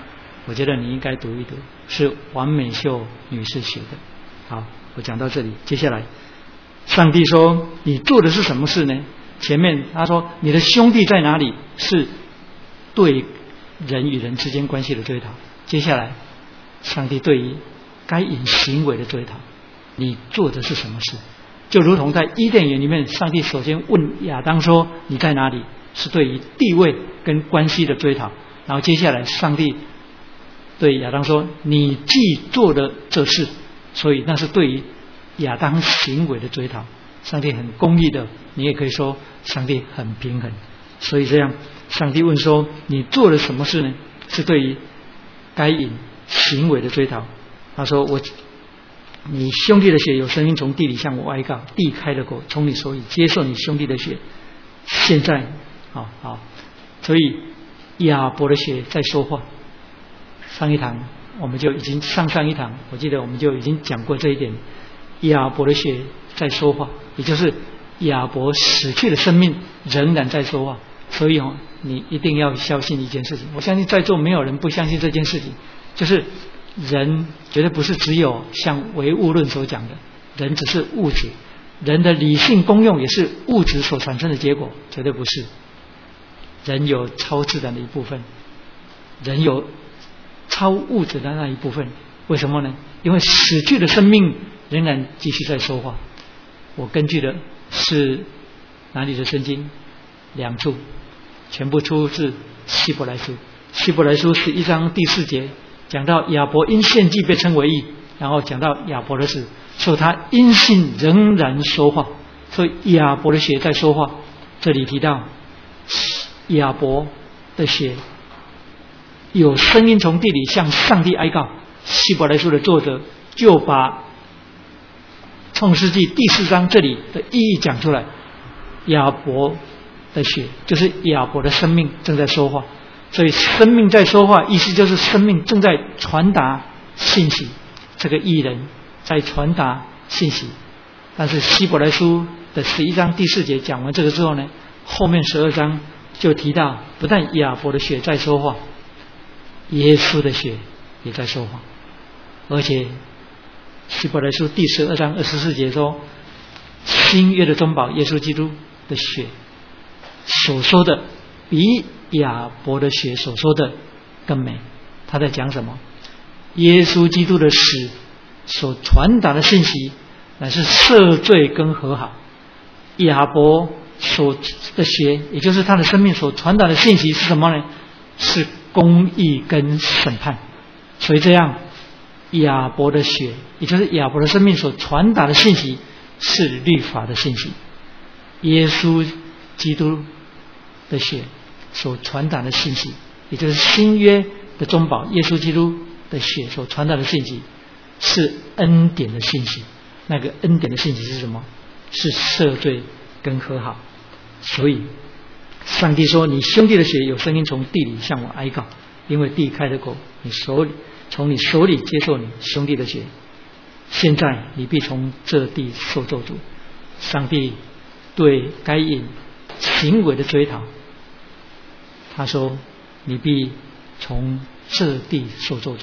我觉得你应该读一读，是王美秀女士写的。好，我讲到这里，接下来上帝说你做的是什么事呢？前面他说你的兄弟在哪里，是对人与人之间关系的追讨。接下来上帝对于该隐行为的追讨，你做的是什么事？就如同在伊甸园里面，上帝首先问亚当说你在哪里，是对于地位跟关系的追讨。然后接下来上帝对亚当说你既做了这事，所以那是对于亚当行为的追讨。上帝很公义的，你也可以说上帝很平衡。所以这样上帝问说你做了什么事呢？是对于该隐行为的追讨。他说我你兄弟的血有声音从地里向我哀告，地开了口，从你手里接受你兄弟的血。现在好好，所以亚伯的血在说话。上一堂我们就已经上上一堂我记得我们就已经讲过这一点，亚伯的血在说话，也就是亚伯死去的生命仍然在说话。所以哦，你一定要相信一件事情，我相信在座没有人不相信这件事情，就是人绝对不是只有像唯物论所讲的，人只是物质，人的理性功用也是物质所产生的结果，绝对不是。人有超自然的一部分，人有超物质的那一部分。为什么呢？因为死去的生命仍然继续在说话。我根据的是哪里的圣经？两处，全部出自希伯来书。希伯来书十一章第四节讲到亚伯因献祭被称为义，然后讲到亚伯的事，说他因信仍然说话，所以亚伯的血在说话。这里提到亚伯的血有声音从地里向上帝哀告。希伯来书的作者就把创世纪第四章这里的意义讲出来，亚伯的血就是亚伯的生命正在说话。所以生命在说话，意思就是生命正在传达信息，这个义人在传达信息。但是希伯来书的十一章第四节讲完这个之后呢，后面十二章就提到不但亚伯的血在说话，耶稣的血也在说话。而且希伯来书第十二章二十四节说，新约的中保耶稣基督的血所说的比亚伯的血所说的更美。他在讲什么？耶稣基督的死所传达的信息乃是赦罪跟和好，亚伯所的血也就是他的生命所传达的信息是什么呢？是公义跟审判。所以这样亚伯的血也就是亚伯的生命所传达的信息是律法的信息，耶稣基督的血所传达的信息也就是新约的中保耶稣基督的血所传达的信息是恩典的信息。那个恩典的信息是什么？是赦罪跟和好。所以上帝说你兄弟的血有声音从地里向我哀告，因为地开了口，你手里从你手里接受你兄弟的血，现在你必从这地受咒诅。上帝对该隐行为的追讨，他说你必从这地受咒诅。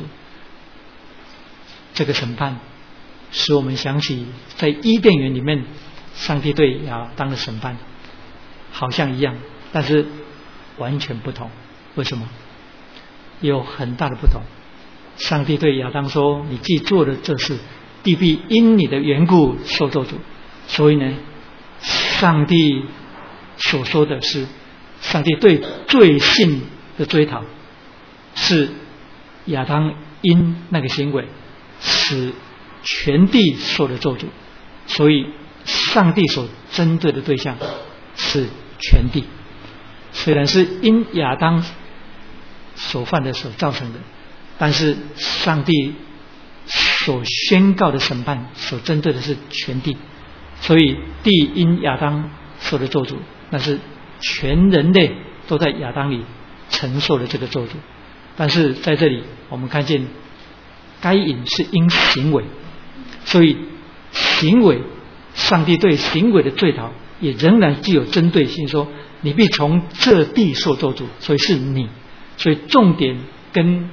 这个审判使我们想起在伊甸园里面上帝对亚当的审判好像一样，但是完全不同。为什么？有很大的不同。上帝对亚当说你既做了这事，地必因你的缘故受咒诅。所以呢，上帝所说的是上帝对罪性的追讨，是亚当因那个行为使全地受了咒诅。所以上帝所针对的对象是全地，虽然是因亚当所犯的所造成的，但是上帝所宣告的审判所针对的是全地。所以地因亚当受的咒诅，那是全人类都在亚当里承受了这个咒诅。但是在这里我们看见该隐是因行为，所以行为上帝对行为的追讨也仍然具有针对性，说你必从这地受咒诅，所以是你。所以重点跟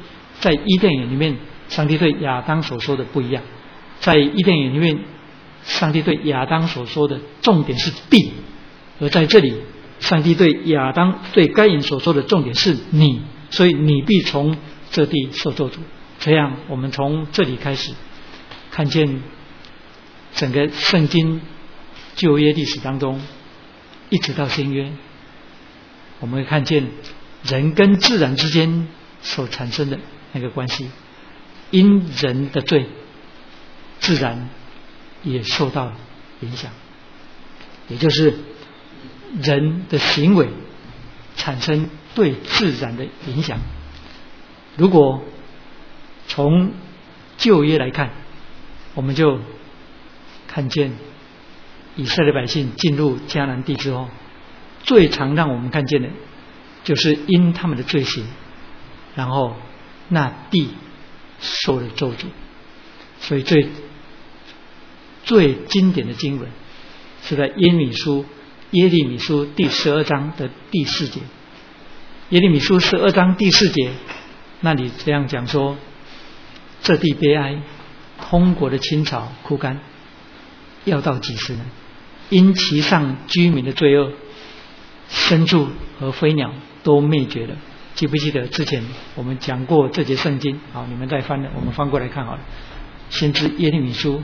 在伊甸园里面，上帝对亚当所说的不一样。在伊甸园里面，上帝对亚当所说的重点是地，而在这里，上帝对亚当对该隐所说的重点是你，所以你必从这地受咒诅。这样，我们从这里开始看见整个圣经旧约历史当中，一直到新约，我们会看见人跟自然之间所产生的那个关系，因人的罪，自然也受到影响，也就是人的行为产生对自然的影响。如果从旧约来看，我们就看见以色列百姓进入迦南地之后，最常让我们看见的就是因他们的罪行，然后那地受了咒诅。所以最最经典的经文是在耶利米书耶利米书第十二章的第四节。耶利米书十二章第四节那里这样讲说，这地悲哀，通国的青草枯干，要到几时呢？因其上居民的罪恶，牲畜和飞鸟都灭绝了。记不记得之前我们讲过这节圣经？好，你们再翻了，我们翻过来看好了。先知耶利米书，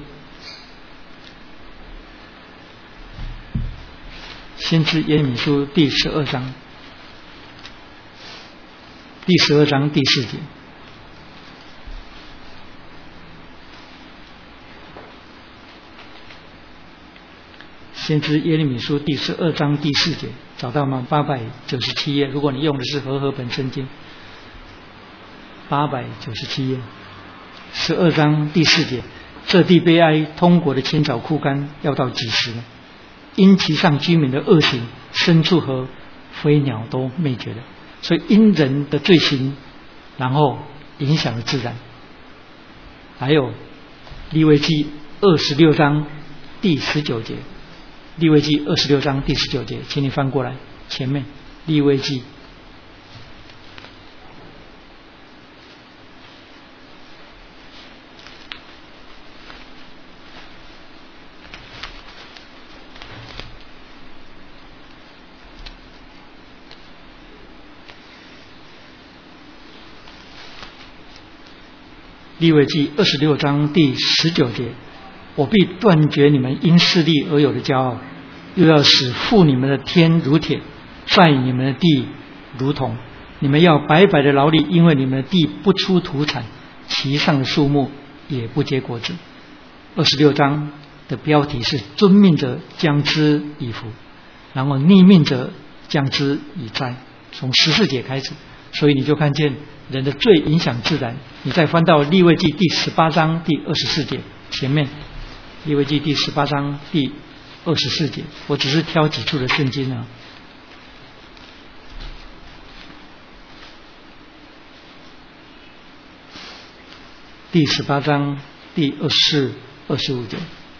先知耶利米书第十二章，第十二章第四节。先知耶利米书第十二章第四节，找到吗？八百九十七页。如果你用的是和合本圣经，八百九十七页，十二章第四节，这地悲哀，通国的青草枯干，要到几时呢？因其上居民的恶行，牲畜和飞鸟都灭绝了。所以因人的罪行，然后影响了自然。还有利未记二十六章第十九节。利未记二十六章第十九节，请你翻过来前面。利未记利未记二十六章第十九节，我必断绝你们因势力而有的骄傲，又要使覆你们的天如铁，在你们的地如铜。你们要白白的劳力，因为你们的地不出土产，其上的树木也不结果子。二十六章的标题是遵命者将之以福，然后逆命者将之以灾。从十四节开始，所以你就看见人的罪影响自然。你再翻到利未记第十八章第二十四节前面，利未记第十八章第二十四节，我只是挑几处的圣经啊。第十八章第二十四、二十五节。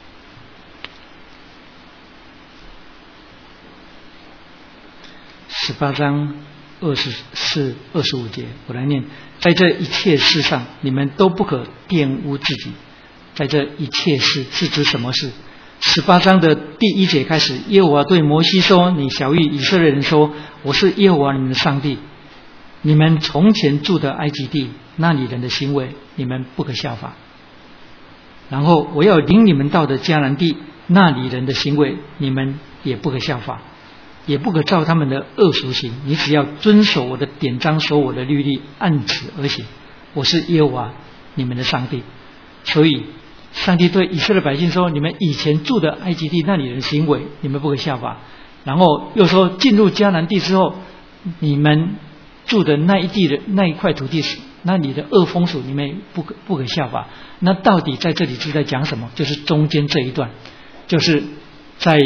十八章二十四、二十五节，我来念：在这一切事上，你们都不可玷污自己。在这一切事是指什么事？十八章的第一节开始，耶和华对摩西说：“你晓谕以色列人说，我是耶和华你们的上帝。你们从前住的埃及地，那里人的行为，你们不可效法。然后我要领你们到的迦南地，那里人的行为，你们也不可效法。也不可照他们的恶俗行，你只要遵守我的典章，守我的律例，按此而行。我是耶和华你们的上帝。”所以上帝对以色列百姓说：“你们以前住的埃及地那里人的行为，你们不可效法。”然后又说，进入迦南地之后，你们住的那一地的那一块土地，那里的恶风俗，你们不可不可效法。那到底在这里是在讲什么？就是中间这一段，就是在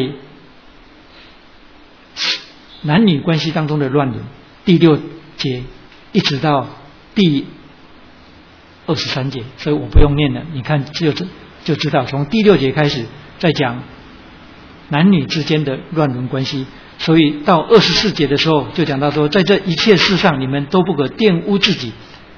男女关系当中的乱伦，第六节一直到第二十三节，所以我不用念了，你看就就知道，从第六节开始在讲男女之间的乱伦关系，所以到二十四节的时候就讲到说，在这一切事上你们都不可玷污自己。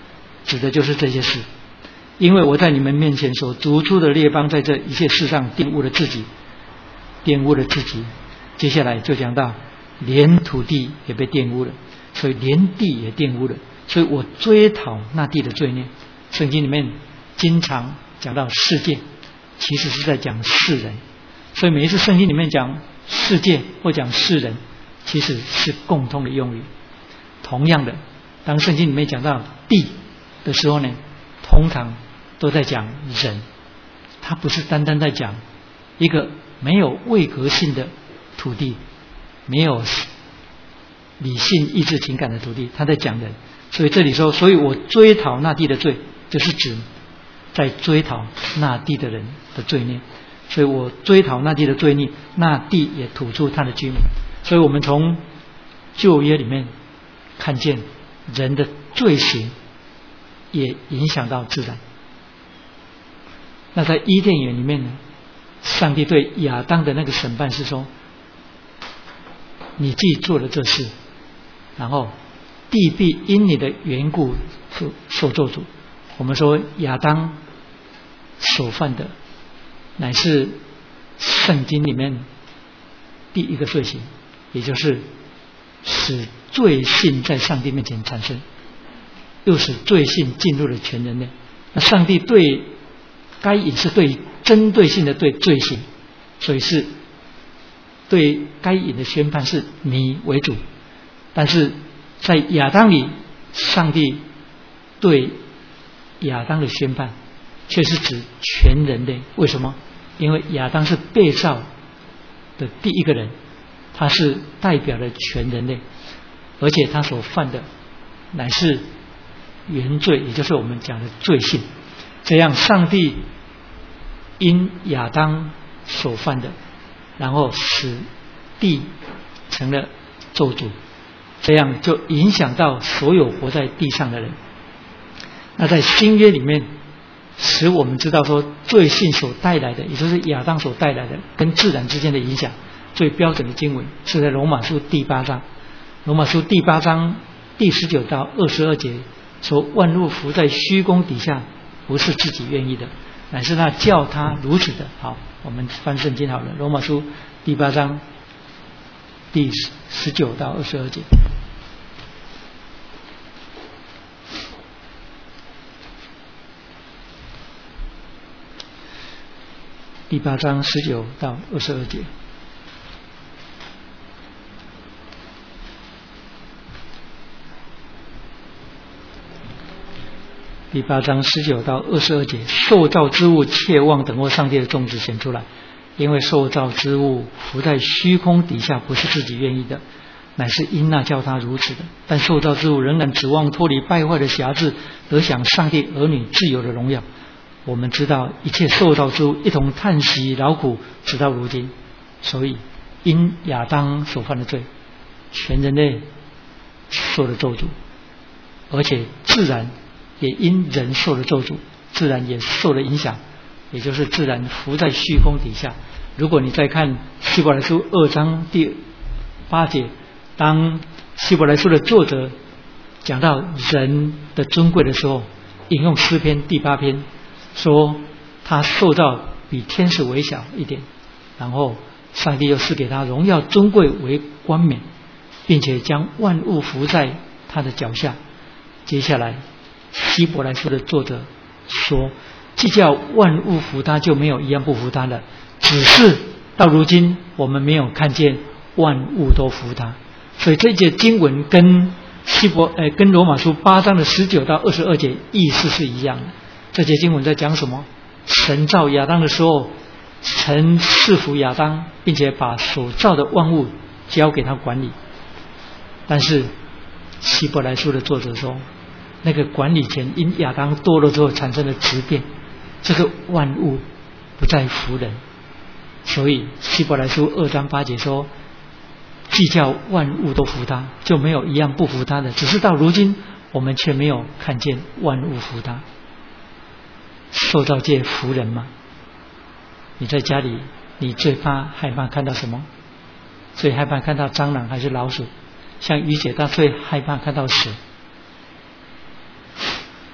指的就是这些事。因为我在你们面前所逐出的列邦，在这一切事上玷污了自己，玷污了自己。接下来就讲到连土地也被玷污了，所以连地也玷污了。所以我追讨那地的罪孽。圣经里面经常讲到世界，其实是在讲世人，所以每一次圣经里面讲世界或讲世人，其实是共通的用语。同样的，当圣经里面讲到地的时候呢，通常都在讲人，它不是单单在讲一个没有位格性的土地，没有理性意志情感的土地，他在讲人。所以这里说，所以我追讨那地的罪，就是指在追讨那地的人的罪孽。所以我追讨那地的罪孽，那地也吐出他的居民。所以我们从旧约里面看见人的罪行也影响到自然。那在伊甸园里面呢，上帝对亚当的那个审判是说，你自己做了这事，然后地必因你的缘故受咒诅。我们说亚当所犯的乃是圣经里面第一个罪行，也就是使罪性在上帝面前产生，又使罪性进入了全人类。那上帝对该隐是对针对性的对罪行，所以是对该隐的宣判是你为主。但是在亚当里，上帝对亚当的宣判却是指全人类。为什么？因为亚当是被造的第一个人，他是代表了全人类，而且他所犯的乃是原罪，也就是我们讲的罪性。这样上帝因亚当所犯的，然后使地成了咒诅，这样就影响到所有活在地上的人。那在新约里面，使我们知道说罪性所带来的，也就是亚当所带来的跟自然之间的影响，最标准的经文是在罗马书第八章。罗马书第八章第十九到二十二节说，万物伏在虚空底下，不是自己愿意的，乃是那叫他如此的。好，我们翻圣经好了。罗马书第八章第十九到二十二节。第八章十九到二十二节。第八章十九到二十二节，受造之物切望等候上帝的种子显出来，因为受造之物伏在虚空底下，不是自己愿意的，乃是因那叫他如此的。但受造之物仍然指望脱离败坏的辖制，得享上帝儿女自由的荣耀。我们知道一切受造之物一同叹息劳苦，直到如今。所以因亚当所犯的罪，全人类受了咒诅，而且自然也因人受了咒诅，自然也受了影响，也就是自然伏在虚空底下。如果你再看希伯来书二章第八节，当希伯来书的作者讲到人的尊贵的时候，引用诗篇第八篇，说他受造比天使微小一点，然后上帝又赐给他荣耀尊贵为冠冕，并且将万物伏在他的脚下。接下来希伯来书的作者说，既叫万物服他，就没有一样不服他的，只是到如今我们没有看见万物都服他。所以这节经文跟希伯呃跟罗马书八章的十九到二十二节意思是一样的。这节经文在讲什么？神造亚当的时候，神赐福亚当，并且把所造的万物交给他管理。但是希伯来书的作者说，那个管理权因亚当堕落之后产生了质变，这个万物不再服人。所以希伯来书二章八节说，既叫万物都服他，就没有一样不服他的，只是到如今我们却没有看见万物服他。受造界服人吗？你在家里，你最怕害怕看到什么？最害怕看到蟑螂还是老鼠？像于姐她最害怕看到蛇。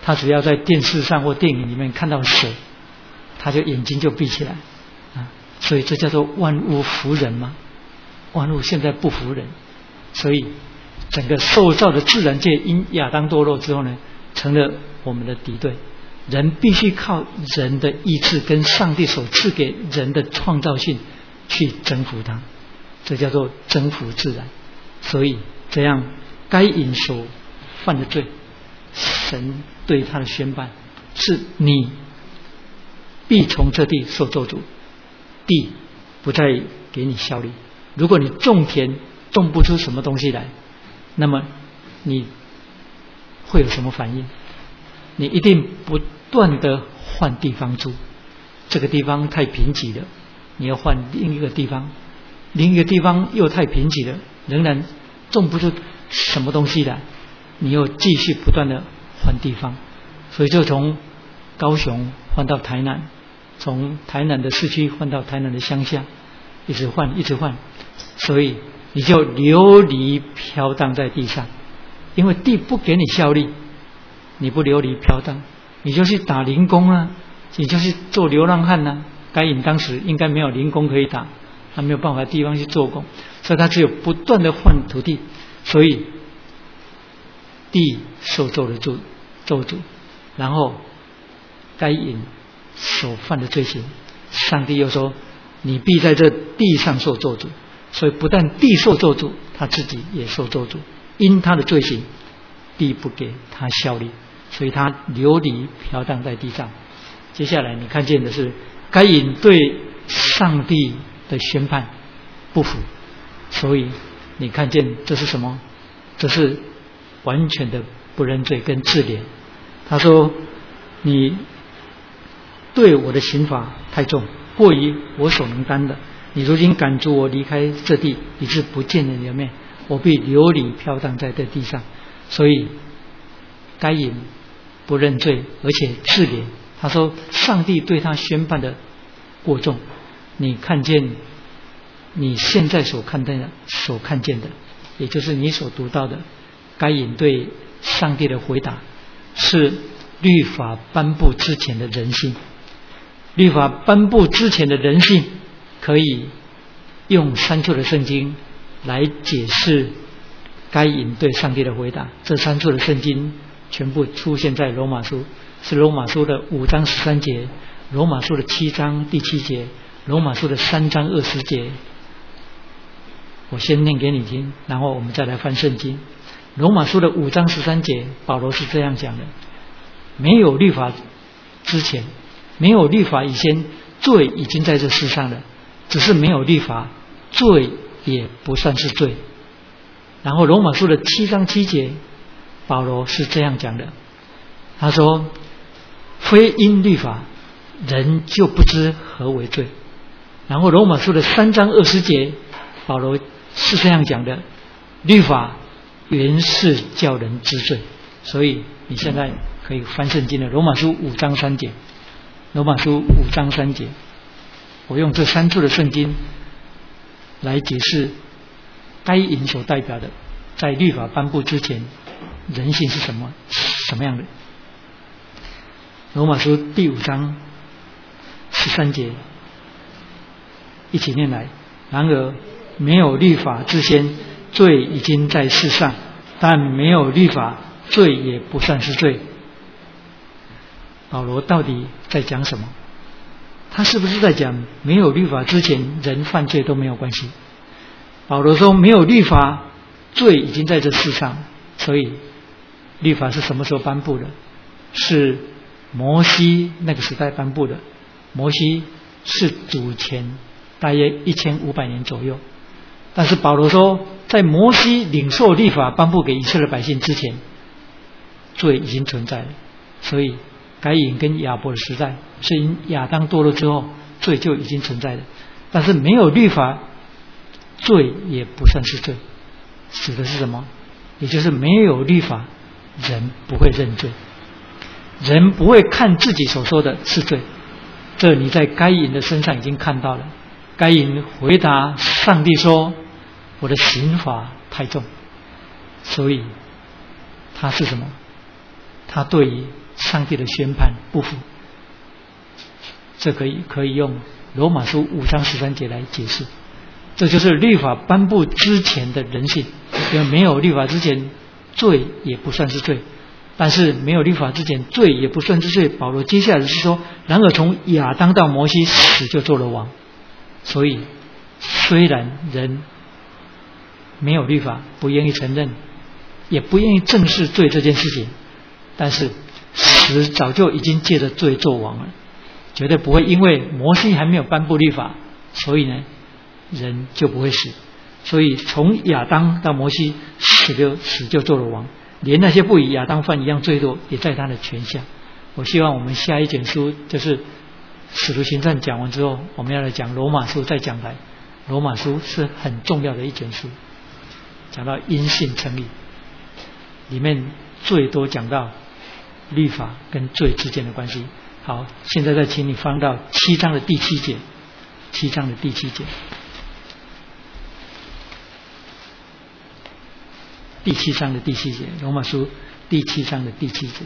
他只要在电视上或电影里面看到蛇，他就眼睛就闭起来啊。所以这叫做万物服人吗？万物现在不服人，所以整个受造的自然界因亚当堕落之后呢，成了我们的敌对。人必须靠人的意志跟上帝所赐给人的创造性去征服它，这叫做征服自然。所以这样该隐所犯的罪，神对他的宣判是你必从这地受咒诅，地不再给你效力。如果你种田种不出什么东西来，那么你会有什么反应？你一定不断的换地方住，这个地方太贫瘠了，你要换另一个地方，另一个地方又太贫瘠了，仍然种不出什么东西来，你又继续不断的换地方。所以就从高雄换到台南，从台南的市区换到台南的乡下，一直换一直换，所以你就流离飘荡在地上，因为地不给你效力，你不流离飘荡，你就去打零工啊，你就去做流浪汉啊。该隐当时应该没有零工可以打，他没有办法地方去做工，所以他只有不断的换土地，所以地受咒的咒咒诅，然后该隐所犯的罪行，上帝又说你必在这地上受咒诅，所以不但地受咒诅，他自己也受咒诅，因他的罪行，地不给他效力，所以他流离飘荡在地上。接下来你看见的是该隐对上帝的宣判不服，所以你看见这是什么？这是完全的不认罪跟自怜。他说你对我的刑罚太重，过于我所能担的，你如今赶逐我离开这地，以致不见人的面，我必流离飘荡在这地上。所以该隐不认罪而且自怜，他说上帝对他宣判的过重。你看见你现在所看见的所看见的，也就是你所读到的，该隐对上帝的回答是律法颁布之前的人性。律法颁布之前的人性可以用三处的圣经来解释该隐对上帝的回答。这三处的圣经全部出现在罗马书，是罗马书的五章十三节，罗马书的七章第七节，罗马书的三章二十节。我先念给你听，然后我们再来翻圣经。罗马书的五章十三节，保罗是这样讲的：没有律法之前，没有律法以前，罪已经在这世上了，只是没有律法，罪也不算是罪。然后罗马书的七章七节，保罗是这样讲的，他说非因律法，人就不知何为罪。然后罗马书的三章二十节，保罗是这样讲的，律法原是叫人知罪。所以你现在可以翻圣经了，罗马书五章三节，罗马书五章三节，我用这三处的圣经来解释该隐所代表的在律法颁布之前人性是什么什么样的。罗马书第五章十三节，一起念来：然而没有律法之前，罪已经在世上，但没有律法，罪也不算是罪。保罗到底在讲什么？他是不是在讲没有律法之前人犯罪都没有关系？保罗说没有律法，罪已经在这世上。所以律法是什么时候颁布的？是摩西那个时代颁布的。摩西是主前大约一千五百年左右，但是保罗说在摩西领受律法颁布给以色列百姓之前，罪已经存在了。所以该隐跟亚伯的时代是因亚当堕落之后，罪就已经存在了。但是没有律法，罪也不算是罪。指的是什么？也就是没有律法，人不会认罪，人不会看自己所说的是罪。这你在该隐的身上已经看到了。该隐回答上帝说：我的刑罚太重。所以他是什么？他对于上帝的宣判不符。这可以可以用罗马书五章十三节来解释。这就是律法颁布之前的人性，因为没有律法之前，罪也不算是罪。但是没有律法之前，罪也不算是罪。保罗接下来是说，然而从亚当到摩西，死就做了王。所以虽然人没有律法，不愿意承认，也不愿意正视罪这件事情，但是死早就已经借着罪做王了，绝对不会因为摩西还没有颁布律法，所以呢人就不会死。所以从亚当到摩西，死就死就做了王，连那些不与亚当犯一样罪多，也在他的权下。我希望我们下一卷书就是使徒行传讲完之后，我们要来讲罗马书，再讲来罗马书是很重要的一卷书，讲到因信称义，里面最多讲到律法跟罪之间的关系。好，现在再请你翻到七章的第七节，七章的第七节，第七章的第七节，罗马书第七章的第七节。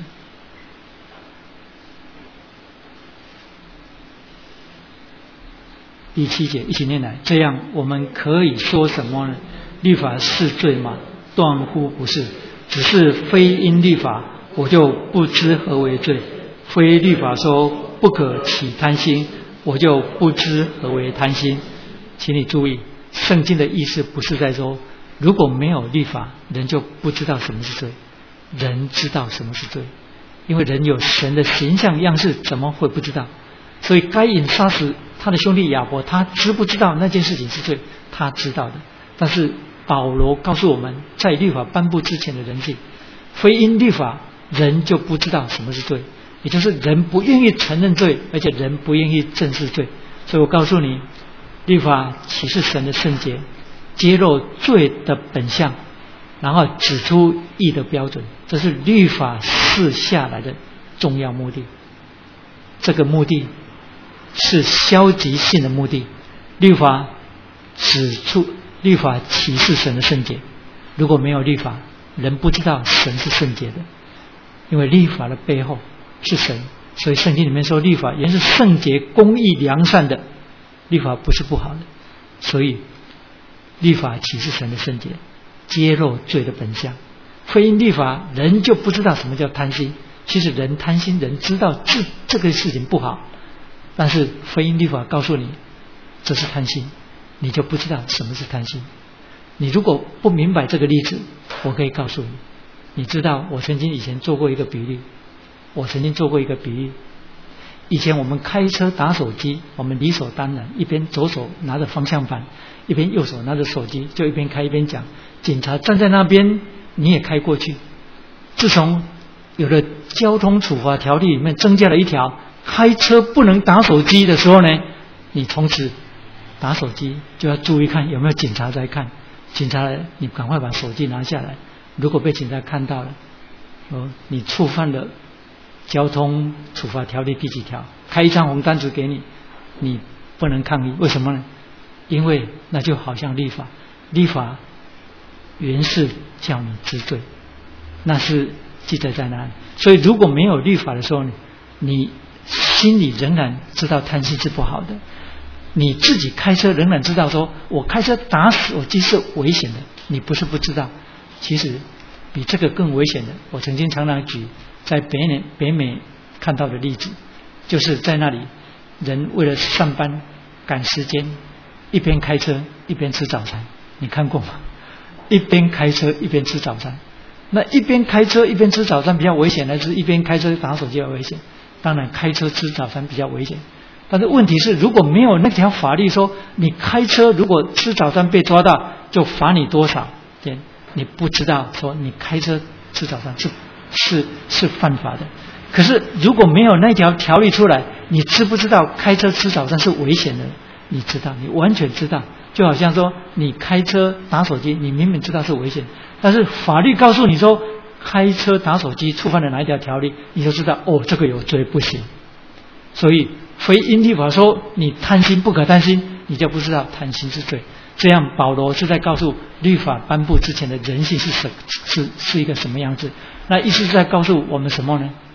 第七节一起念来，这样我们可以说什么呢？律法是罪吗？断乎不是，只是非因律法，我就不知何为罪；非律法说不可起贪心，我就不知何为贪心。请你注意，圣经的意思不是在说如果没有律法，人就不知道什么是罪。人知道什么是罪，因为人有神的形象样式，怎么会不知道？所以该隐杀死他的兄弟亚伯，他知不知道那件事情是罪？他知道的。但是保罗告诉我们，在律法颁布之前的人性，非因律法，人就不知道什么是罪，也就是人不愿意承认罪，而且人不愿意正视罪。所以我告诉你，律法启示神的圣洁，揭露罪的本相，然后指出义的标准，这是律法赐下来的重要目的。这个目的是消极性的目的，律法指出，律法启示神的圣洁。如果没有律法，人不知道神是圣洁的，因为律法的背后是神。所以圣经里面说，律法原是圣洁、公义、良善的，律法不是不好的。所以律法启示神的圣洁，揭露罪的本相。非因律法，人就不知道什么叫贪心。其实人贪心，人知道这这个事情不好，但是非因律法告诉你这是贪心，你就不知道什么是贪心。你如果不明白这个例子，我可以告诉你，你知道我曾经以前做过一个比喻，我曾经做过一个比喻。以前我们开车打手机，我们理所当然，一边左手拿着方向盘，一边右手拿着手机，就一边开一边讲，警察站在那边你也开过去。自从有了交通处罚条例里面增加了一条，开车不能打手机的时候呢，你从此打手机就要注意看有没有警察在看，警察来你赶快把手机拿下来，如果被警察看到了，说你触犯了交通处罚条例第几条，开一张红单子给你，你不能抗议。为什么呢？因为那就好像律法，律法原是叫你知罪，那是记载在哪里？所以如果没有律法的时候，你心里仍然知道贪心是不好的，你自己开车仍然知道说我开车打手机是危险的，你不是不知道，其实比这个更危险的，我曾经常常举在北美北美看到的例子，就是在那里人为了上班赶时间，一边开车一边吃早餐，你看过吗？一边开车一边吃早餐，那一边开车一边吃早餐比较危险，还是一边开车打手机比较危险？当然开车吃早餐比较危险，但是问题是如果没有那条法律说你开车如果吃早餐被抓到就罚你多少，对，你不知道说你开车吃早餐是是是犯法的。可是如果没有那条条例出来，你知不知道开车吃早餐是危险的？你知道，你完全知道。就好像说你开车打手机，你明明知道是危险，但是法律告诉你说开车打手机触犯了哪一条条例，你就知道哦，这个有罪不行。所以非因律法说你贪心不可贪心，你就不知道贪心是罪。这样保罗是在告诉律法颁布之前的人性是什是是一个什么样子。那意思是在告诉我们什么呢？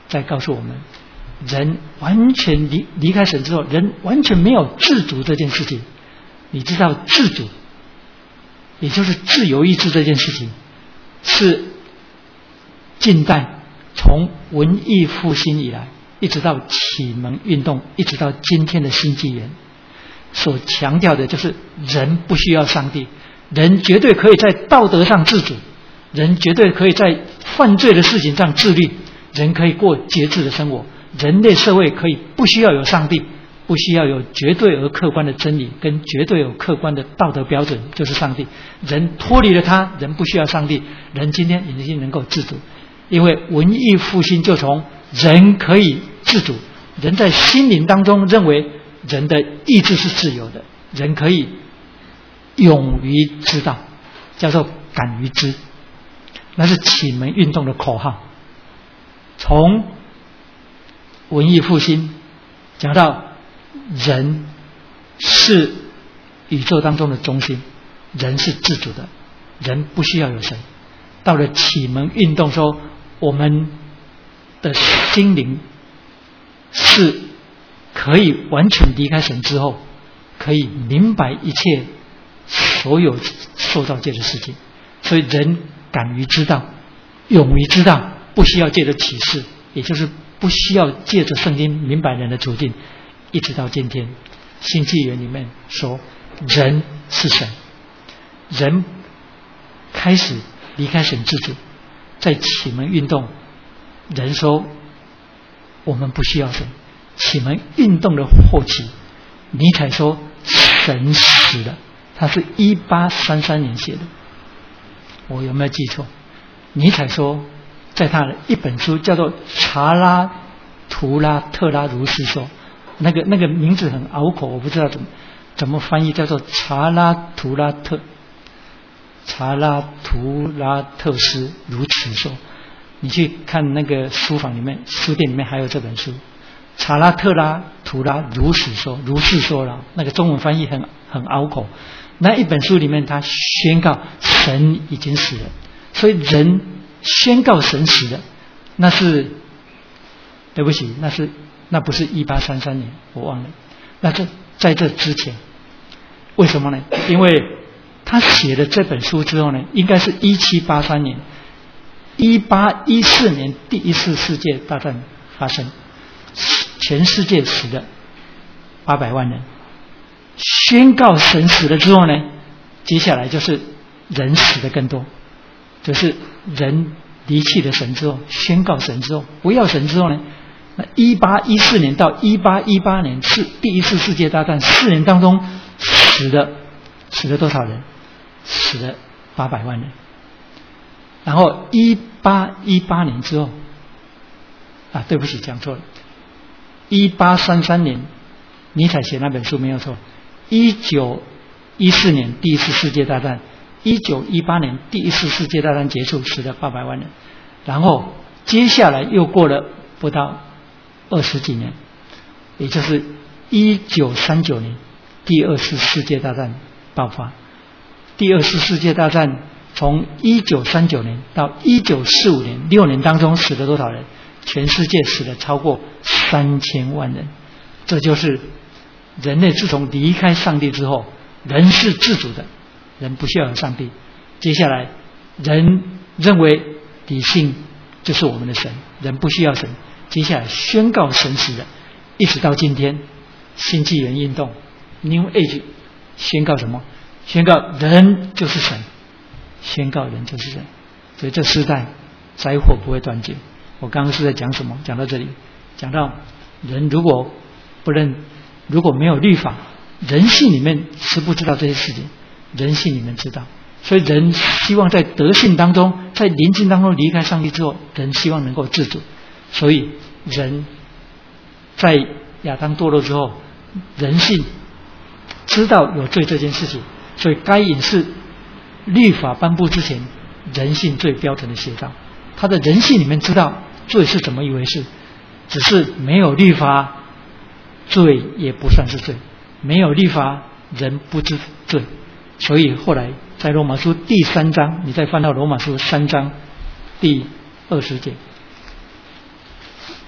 在告诉我们，人完全离离开神之后，人完全没有自主这件事情。你知道自主，也就是自由意志这件事情，是近代从文艺复兴以来，一直到启蒙运动，一直到今天的新纪元，所强调的就是人不需要上帝，人绝对可以在道德上自主，人绝对可以在犯罪的事情上自律，人可以过节制的生活，人类社会可以不需要有上帝，不需要有绝对而客观的真理跟绝对有客观的道德标准，就是上帝。人脱离了他，人不需要上帝，人今天已经能够自主。因为文艺复兴就从人可以自主，人在心灵当中认为人的意志是自由的，人可以勇于知道，叫做敢于知，那是启蒙运动的口号。从文艺复兴讲到人是宇宙当中的中心，人是自主的，人不需要有神。到了启蒙运动说，我们的心灵是可以完全离开神之后，可以明白一切所有受造界的事情。所以人敢于知道，勇于知道，不需要借着启示，也就是不需要借着圣经明白人的处境。一直到今天，新纪元里面说人是神，人开始离开神自主。在启蒙运动，人说我们不需要神。启蒙运动的后期，尼采说神死了，他是一八三三年写的，我有没有记错？尼采说，在他的一本书叫做《查拉图拉特拉如是说》，那个那个名字很拗口，我不知道怎么怎么翻译，叫做查拉图拉特查拉图拉特斯如此说。你去看那个书房里面，书店里面还有这本书，查拉特拉图拉如此说，如是说了，那个中文翻译很很拗口。那一本书里面，他宣告神已经死了，所以人宣告神死了，那是对不起，那是那不是一八三三年，我忘了。那这在这之前，为什么呢？因为他写了这本书之后呢，应该是一七八三年，一八一四年第一次世界大战发生，全世界死了八百万人。宣告神死了之后呢，接下来就是人死的更多，就是人离弃了神之后，宣告神之后，不要神之后呢，那一八一四年到一八一八年是第一次世界大战，四年当中死了死了多少人？死了八百万人。然后一八一八年之后，啊，对不起，讲错了。一八三三年，尼采写那本书没有错。一九一四年第一次世界大战，一九一八年第一次世界大战结束，死了八百万人。然后接下来又过了不到二十几年，也就是一九三九年，第二次世界大战爆发。第二次世界大战从一九三九年到一九四五年，六年当中死了多少人？全世界死了超过三千万人。这就是人类自从离开上帝之后，人是自主的，人不需要有上帝。接下来人认为理性就是我们的神，人不需要神。接下来宣告神死了，一直到今天新纪元运动 New Age 宣告什么？宣告人就是神，宣告人就是神。所以这时代灾祸不会断绝。我刚刚是在讲什么？讲到这里，讲到人如果不认，如果没有律法，人性里面是不知道这些事情，人性里面知道。所以人希望在德性当中，在灵性当中离开上帝之后，人希望能够自主。所以人在亚当堕落之后，人性知道有罪这件事情，所以该隐是律法颁布之前人性最标准的写照。他的人性里面知道罪是怎么一回事，只是没有律法，罪也不算是罪，没有律法，人不知罪。所以后来在罗马书第三章，你再翻到罗马书三章第二十节，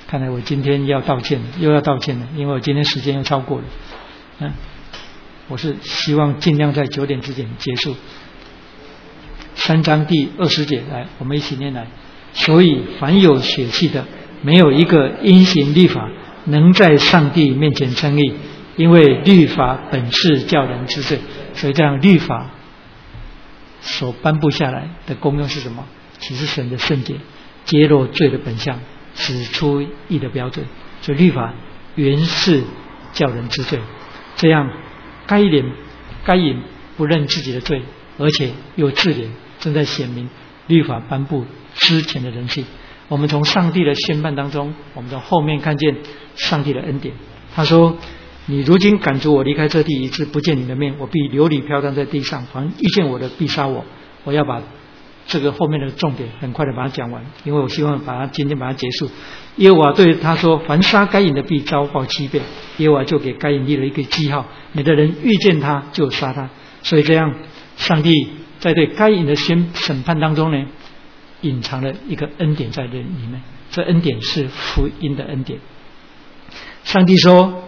看来我今天要道歉了，又要道歉了，因为我今天时间又超过了。嗯，我是希望尽量在九点之前结束。三章第二十节，来，我们一起念来。所以凡有血气的，没有一个因行律法能在上帝面前称义，因为律法本是叫人知罪。所以这样律法所颁布下来的功用是什么？其实神的圣洁揭露罪的本相，指出义的标准。所以律法原是叫人知罪。这样该隐该隐不认自己的罪，而且又自怜，正在显明律法颁布之前的人性。我们从上帝的宣判当中，我们从后面看见上帝的恩典。他说，你如今赶逐我离开这地，以致不见你的面，我必流离飘荡在地上，凡遇见我的必杀我。我要把这个后面的重点很快的把它讲完，因为我希望把它今天把它结束。耶和华对他说，凡杀该隐的必遭报七倍。耶和华就给该隐立了一个记号，你的人遇见他就杀他。所以这样上帝在对该隐的宣审判当中呢，隐藏了一个恩典在这里面。这恩典是福音的恩典。上帝说，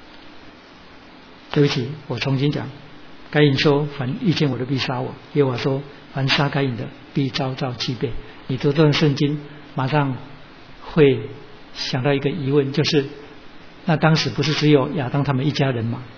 对不起，我重新讲。该隐说，凡遇见我的必杀我。耶和华说，凡杀该隐的必遭遭七倍。你读这段圣经，马上会想到一个疑问，就是那当时不是只有亚当他们一家人吗？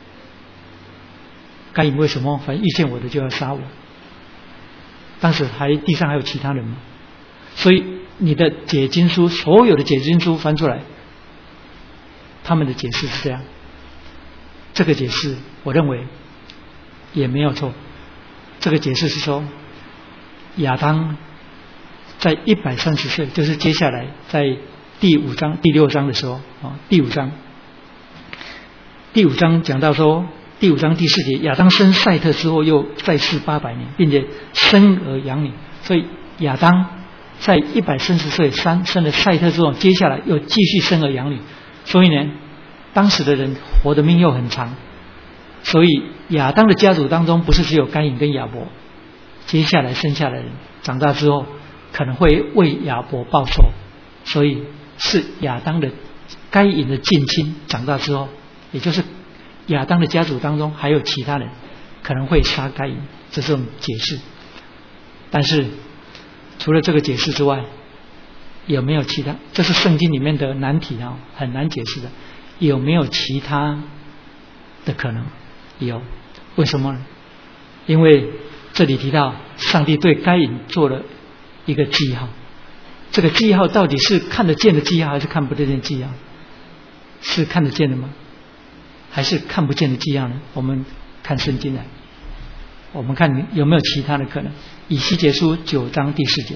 该隐为什么凡遇见我的就要杀我？当时还地上还有其他人吗？所以你的解经书，所有的解经书翻出来，他们的解释是这样。这个解释我认为也没有错。这个解释是说，亚当在一百三十岁，就是接下来在第五章第六章的时候啊，第五章第五章讲到说，第五章第四节，亚当生赛特之后又再世八百年，并且生儿养女。所以亚当在一百三十岁生生了赛特之后，接下来又继续生儿养女。所以呢，当时的人活的命又很长。所以亚当的家族当中不是只有该隐跟亚伯，接下来生下来的人长大之后可能会为亚伯报仇，所以是亚当的该隐的近亲长大之后，也就是亚当的家族当中还有其他人可能会杀该隐，这是种解释。但是除了这个解释之外，有没有其他？这是圣经里面的难题啊，很难解释的。有没有其他的可能？有。为什么呢？因为这里提到上帝对该隐做了一个记号。这个记号到底是看得见的记号还是看不见的记号？是看得见的吗？还是看不见的记号呢？我们看圣经来，我们看有没有其他的可能。以西结书九章第四节，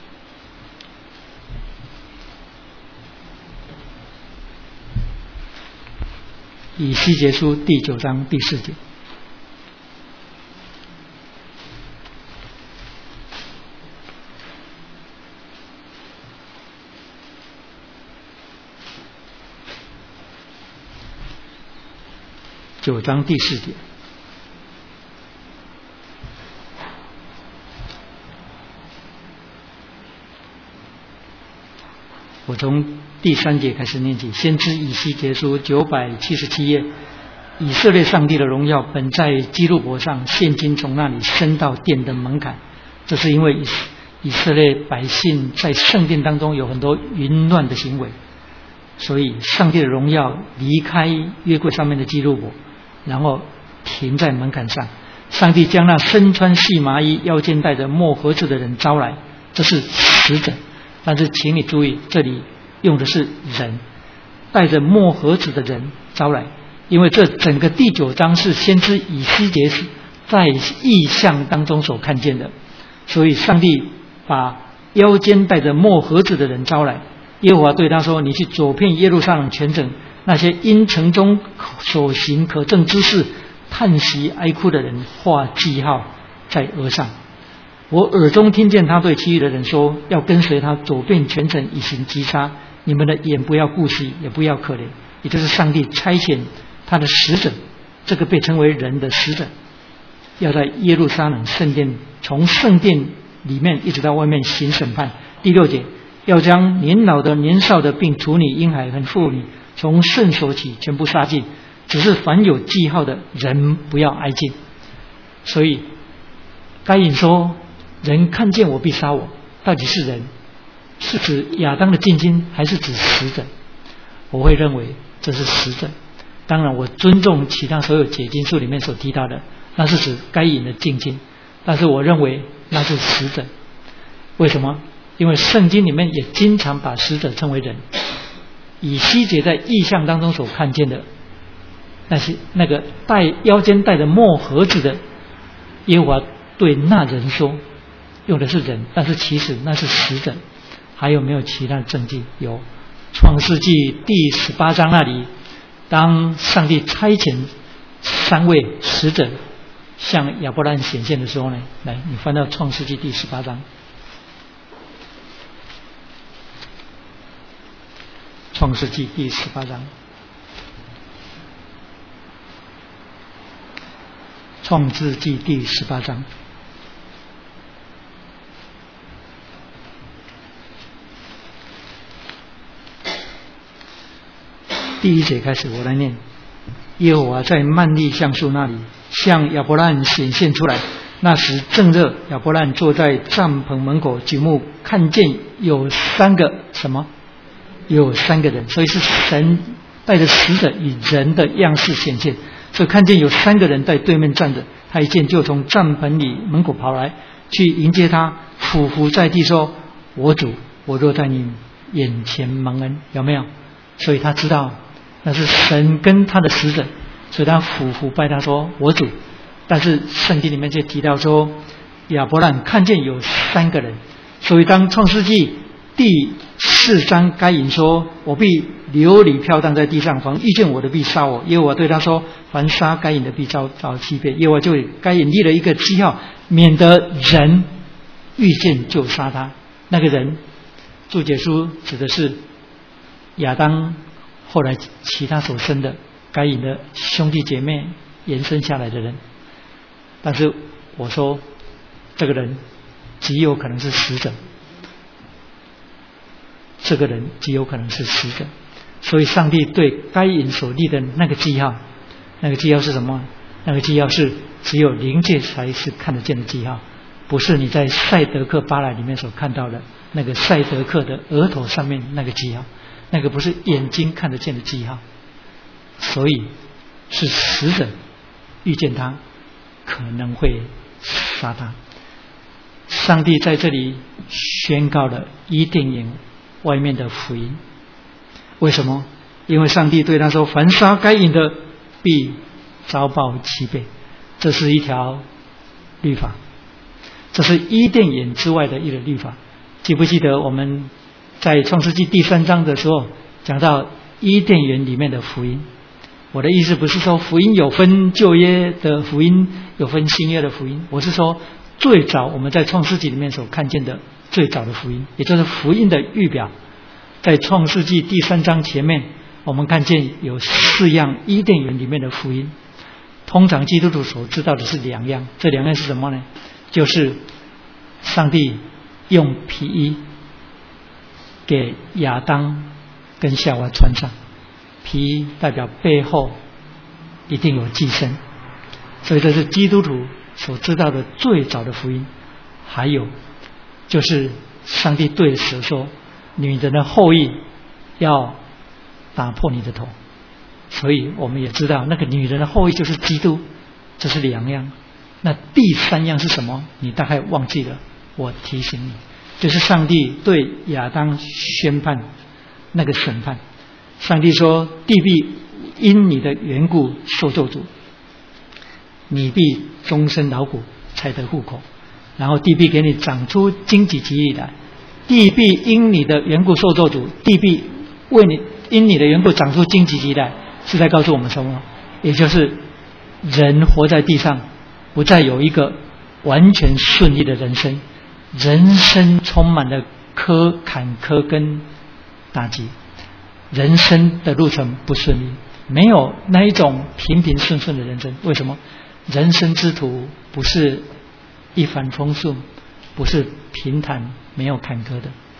以西结书第九章第四节，九章第四节。我从第三节开始念起。先知以西结书九百七十七页，以色列上帝的荣耀本在基路伯上，现今从那里升到殿的门槛。这是因为以色列百姓在圣殿当中有很多淫乱的行为，所以上帝的荣耀离开约柜上面的基路伯，然后停在门槛上。上帝将那身穿细麻衣、腰间带着墨盒子的人招来，这是使者。但是请你注意，这里用的是人，带着墨盒子的人招来，因为这整个第九章是先知以西结在异象当中所看见的，所以上帝把腰间带着墨盒子的人招来。耶和华对他说，你去走遍耶路撒冷全城，那些因城中所行可憎之事叹息哀哭的人，画记号在额上。我耳中听见他对其余的人说，要跟随他走遍全城，以行击杀。你们的眼不要顾惜，也不要可怜。也就是上帝差遣他的使者，这个被称为人的使者，要在耶路撒冷圣殿，从圣殿里面一直到外面行审判。第六节， 要将年老的、年少的，并处女、婴孩和妇女，从圣所起全部杀尽。只是凡有记号的人不要挨近。所以该隐说：“人看见我必杀我。”到底是人，是指亚当的近亲，还是指死者？我会认为这是死者。当然，我尊重其他所有解经书里面所提到的，那是指该隐的近亲，但是我认为那是死者。为什么？因为圣经里面也经常把死者称为人。以西结在异象当中所看见的那些那个带腰间带着墨盒子的耶和华对那人说，用的是人，但是其实那是死者。还有没有其他的证据？有，创世纪第十八章那里，当上帝差遣三位使者向亚伯兰显现的时候呢，来，你翻到创世纪第十八章。创世纪第十八章，创世纪第十八章第一节开始，我来念。耶和华在幔利橡树那里向亚伯兰显现出来，那时正热，亚伯兰坐在帐篷门口举目，看见有三个什么？有三个人，所以是神带着死者以人的样式显现。所以看见有三个人在对面站着，他一见就从帐篷里门口跑来，去迎接他，俯伏在地说：“我主，我若在你眼前蒙恩。”有没有？所以他知道那是神跟他的使者，所以他俯伏拜他说：“我主。”但是圣经里面就提到说，亚伯兰看见有三个人，所以当创世纪第四章该隐说：“我必流离飘荡在地上，凡遇见我的必杀我。”耶和华对他说：“凡杀该隐的必遭遭欺骗。”耶和华就给该隐立了一个记号，免得人遇见就杀他。那个人，注解书指的是亚当后来其他所生的该隐的兄弟姐妹延伸下来的人。但是我说，这个人极有可能是死者。这个人极有可能是死者，所以上帝对该隐所立的那个记号，那个记号是什么？那个记号是只有灵界才是看得见的记号，不是你在赛德克巴莱里面所看到的那个赛德克的额头上面那个记号，那个不是眼睛看得见的记号。所以是死者遇见他可能会杀他。上帝在这里宣告了伊甸园外面的福音。为什么？因为上帝对他说：“凡杀该隐的，必遭报七倍。”这是一条律法，这是伊甸园之外的一个律法。记不记得我们在创世纪第三章的时候讲到伊甸园里面的福音？我的意思不是说福音有分旧约的福音，有分新约的福音，我是说最早我们在创世纪里面所看见的最早的福音，也就是福音的预表。在创世纪第三章前面，我们看见有四样伊甸园里面的福音。通常基督徒所知道的是两样，这两样是什么呢？就是上帝用皮衣给亚当跟夏娃穿上，皮衣代表背后一定有寄生，所以这是基督徒所知道的最早的福音。还有就是上帝对蛇说：“女人的后裔要打破你的头。”所以我们也知道那个女人的后裔就是基督，这是两样。那第三样是什么？你大概忘记了，我提醒你，就是上帝对亚当宣判那个审判。上帝说：“地必因你的缘故受咒诅，你必终身劳苦才得糊口。然后地必给你长出荆棘棘来，地必因你的缘故受咒诅，地必为你因你的缘故长出荆棘棘来。”是在告诉我们什么？也就是人活在地上不再有一个完全顺利的人生，人生充满了坎坎坷跟打击，人生的路程不顺利，没有那一种平平顺顺的人生。为什么？人生之途不是一帆风顺，不是平坦没有坎坷的。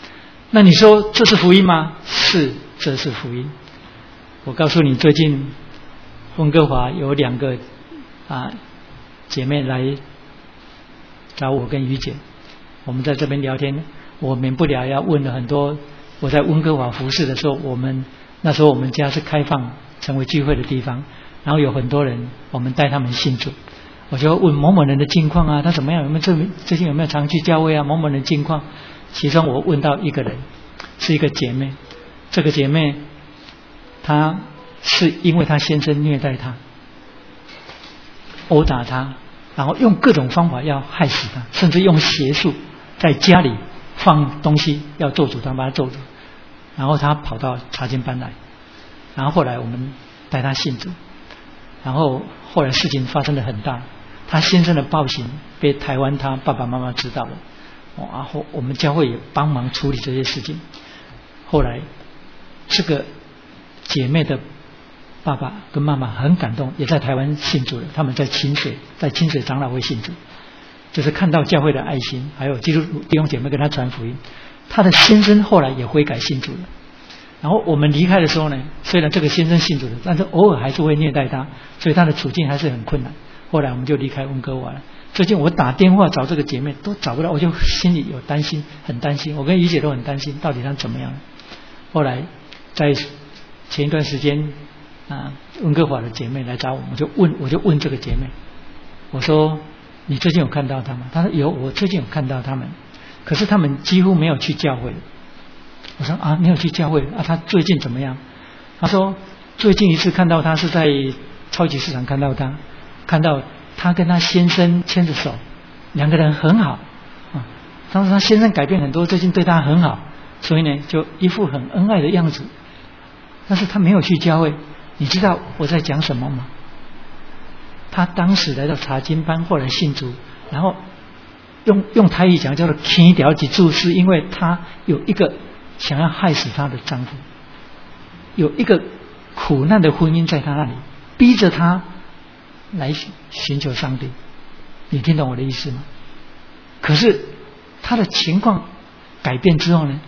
那你说这是福音吗？是，这是福音。我告诉你，最近温哥华有两个啊姐妹来找我跟于姐，我们在这边聊天，我免不了要问了很多。我在温哥华服侍的时候，我们那时候我们家是开放成为聚会的地方，然后有很多人，我们带他们信主，我就问某某人的近况啊，他怎么样？有没有最最近有没有常去教会啊？某某人近况，其中我问到一个人，是一个姐妹，这个姐妹她是因为她先生虐待她，殴打她，然后用各种方法要害死她，甚至用邪术在家里放东西要咒诅她，把她咒诅，然后她跑到查经班来，然后后来我们带她信主，然后后来事情发生得很大，她先生的暴行被台湾她爸爸妈妈知道了，然后我们教会也帮忙处理这些事情。后来这个姐妹的爸爸跟妈妈很感动，也在台湾信主了，他们在清水在清水长老会信主，就是看到教会的爱心，还有基督徒弟兄姐妹跟他传福音，他的先生后来也悔改信主了。然后我们离开的时候呢，虽然这个先生信主了，但是偶尔还是会虐待他，所以他的处境还是很困难。后来我们就离开温哥华了。最近我打电话找这个姐妹都找不到，我就心里有担心，很担心，我跟于姐都很担心，到底她怎么样。后来在前一段时间啊，温哥华的姐妹来找我，我就问我就问这个姐妹，我说你最近有看到他吗？她说有，我最近有看到他们，可是他们几乎没有去教会。我说啊，没有去教会啊？他最近怎么样？他说最近一次看到他是在超级市场看到他，看到他跟他先生牵着手，两个人很好啊。当时他先生改变很多，最近对他很好，所以呢就一副很恩爱的样子。但是他没有去教会，你知道我在讲什么吗？他当时来到查经班，后来信主，然后用用台语讲叫做起条几注，是因为他有一个想要害死她的丈夫，有一个苦难的婚姻在她那里，逼着她来寻求上帝。你听懂我的意思吗？可是她的情况改变之后呢，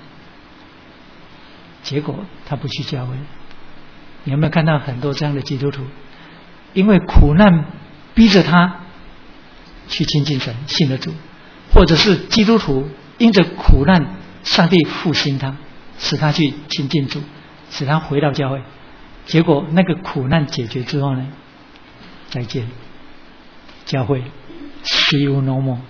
结果她不去教会。你有没有看到很多这样的基督徒，因为苦难逼着他去亲近神，信了主，或者是基督徒因着苦难，上帝复兴他，使他去亲近主，使他回到教会，结果那个苦难解决之后呢，再见，教会 see you no more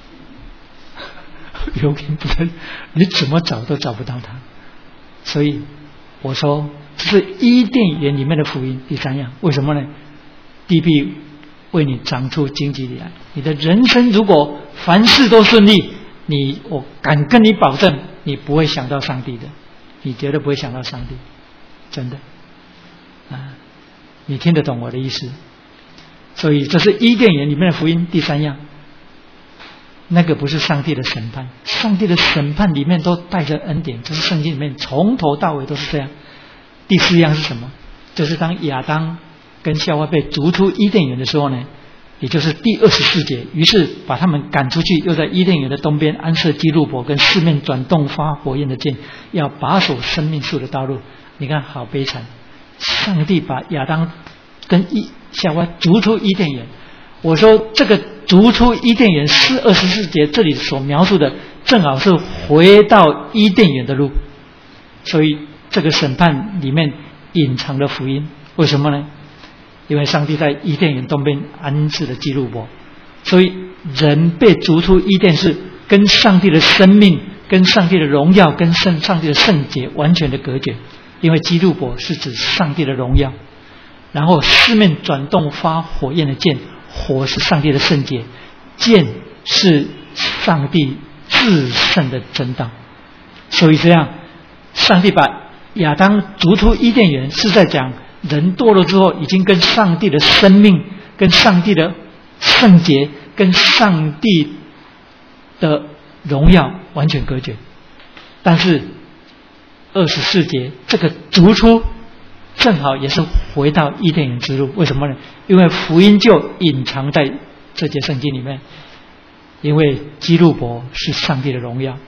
永远不在，你怎么找都找不到他。所以我说这是伊甸园里面的福音。第三样，为什么呢？地必为你长出荆棘来。你的人生如果凡事都顺利，你我敢跟你保证，你不会想到上帝的，你绝对不会想到上帝，真的啊！你听得懂我的意思？所以这是伊甸园里面的福音。第三样，那个不是上帝的审判，上帝的审判里面都带着恩典，这是圣经里面从头到尾都是这样。第四样是什么？就是当亚当跟夏娃被逐出伊甸园的时候呢，也就是第二十四节，于是把他们赶出去，又在伊甸园的东边安设基路伯跟四面转动发火焰的剑，要把守生命树的道路。你看好悲惨，上帝把亚当跟夏娃逐出伊甸园。我说这个逐出伊甸园是二十四节这里所描述的，正好是回到伊甸园的路。所以这个审判里面隐藏了福音。为什么呢？因为上帝在伊甸园东边安置了基路伯，所以人被逐出伊甸是跟上帝的生命、跟上帝的荣耀、跟圣上帝的圣洁完全的隔绝。因为基路伯是指上帝的荣耀，然后四面转动发火焰的剑，火是上帝的圣洁，剑是上帝至圣的真道。所以这样，上帝把亚当逐出伊甸园，是在讲人堕落之后已经跟上帝的生命、跟上帝的圣洁、跟上帝的荣耀完全隔绝。但是二十四节这个逐出正好也是回到伊甸园之路。为什么呢？因为福音就隐藏在这节圣经里面，因为基路伯是上帝的荣耀，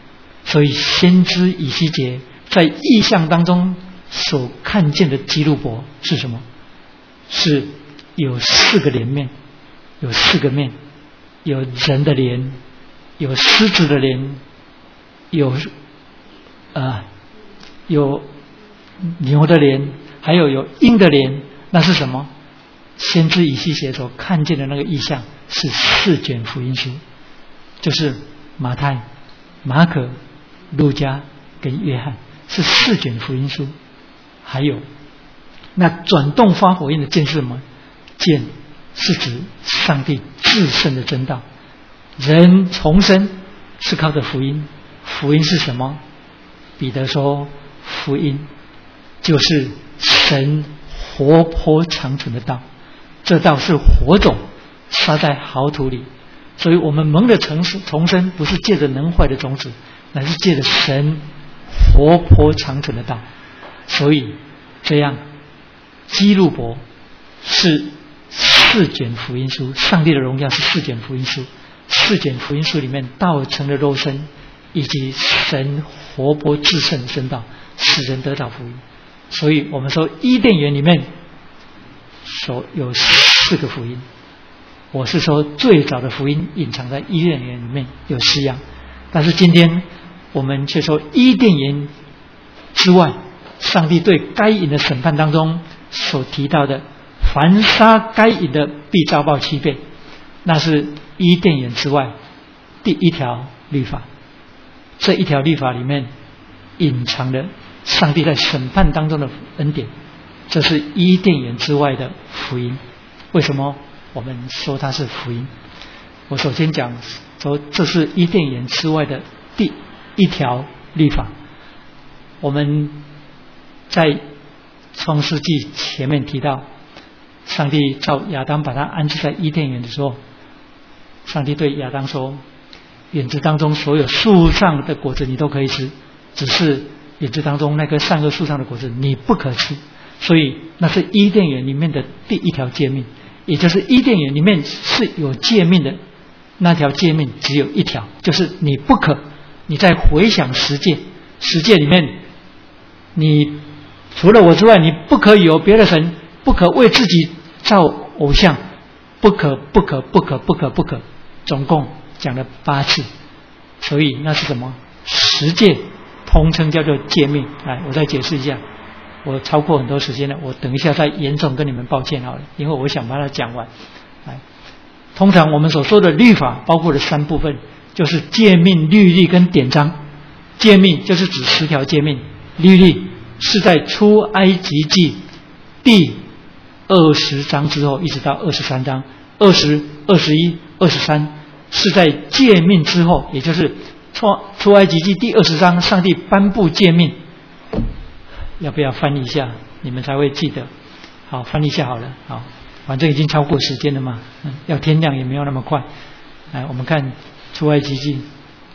所以先知以西结在异象当中所看见的基路伯是什么？是有四个脸面，有四个面，有人的脸，有狮子的脸，有呃有牛的脸，还有有鹰的脸。那是什么？先知以西结所看见的那个异象是四卷福音书，就是马太、马可、路加跟约翰，是四卷福音书。还有那转动发火焰的剑是什么？剑是指上帝至圣的真道。人重生是靠着福音，福音是什么？彼得说，福音就是神活泼长存的道，这道是火种撒在好土里。所以我们蒙的重生不是借着能坏的种子，乃是借着神活泼长存的道。所以这样基路伯是四卷福音书，上帝的荣耀是四卷福音书，四卷福音书里面道成的肉身，以及神活泼至圣的真道，使人得到福音。所以我们说伊甸园里面所有四个福音，我是说最早的福音隐藏在伊甸园里面有四样，但是今天我们却说伊甸园之外，上帝对该隐的审判当中所提到的凡杀该隐的必遭报七倍，那是伊甸园之外第一条律法。这一条律法里面隐藏了上帝在审判当中的恩典，这是伊甸园之外的福音。为什么我们说它是福音？我首先讲说这是伊甸园之外的第一条律法。我们在创世纪前面提到，上帝造亚当把他安置在伊甸园的时候，上帝对亚当说，园子当中所有树上的果子你都可以吃，只是园子当中那棵善恶树上的果子你不可吃。所以那是伊甸园里面的第一条诫命，也就是伊甸园里面是有诫命的，那条诫命只有一条，就是你不可。你在回想十诫，十诫里面你除了我之外，你不可以有别的神，不可为自己造偶像，不可不可不可不可不可，总共讲了八次。所以那是什么？十诫通称叫做诫命。来，我再解释一下，我超过很多时间了，我等一下再严重跟你们抱歉好了，因为我想把它讲完。来，通常我们所说的律法包括了三部分，就是诫命、律例跟典章。诫命就是指十条诫命，律例是在出埃及记第二十章之后一直到二十三章，二十、二十一、二十三是在诫命之后，也就是出出埃及记第二十章，上帝颁布诫命。要不要翻译一下，你们才会记得？好，翻译一下好了。好，反正已经超过时间了嘛，嗯，要天亮也没有那么快。来，我们看出埃及记，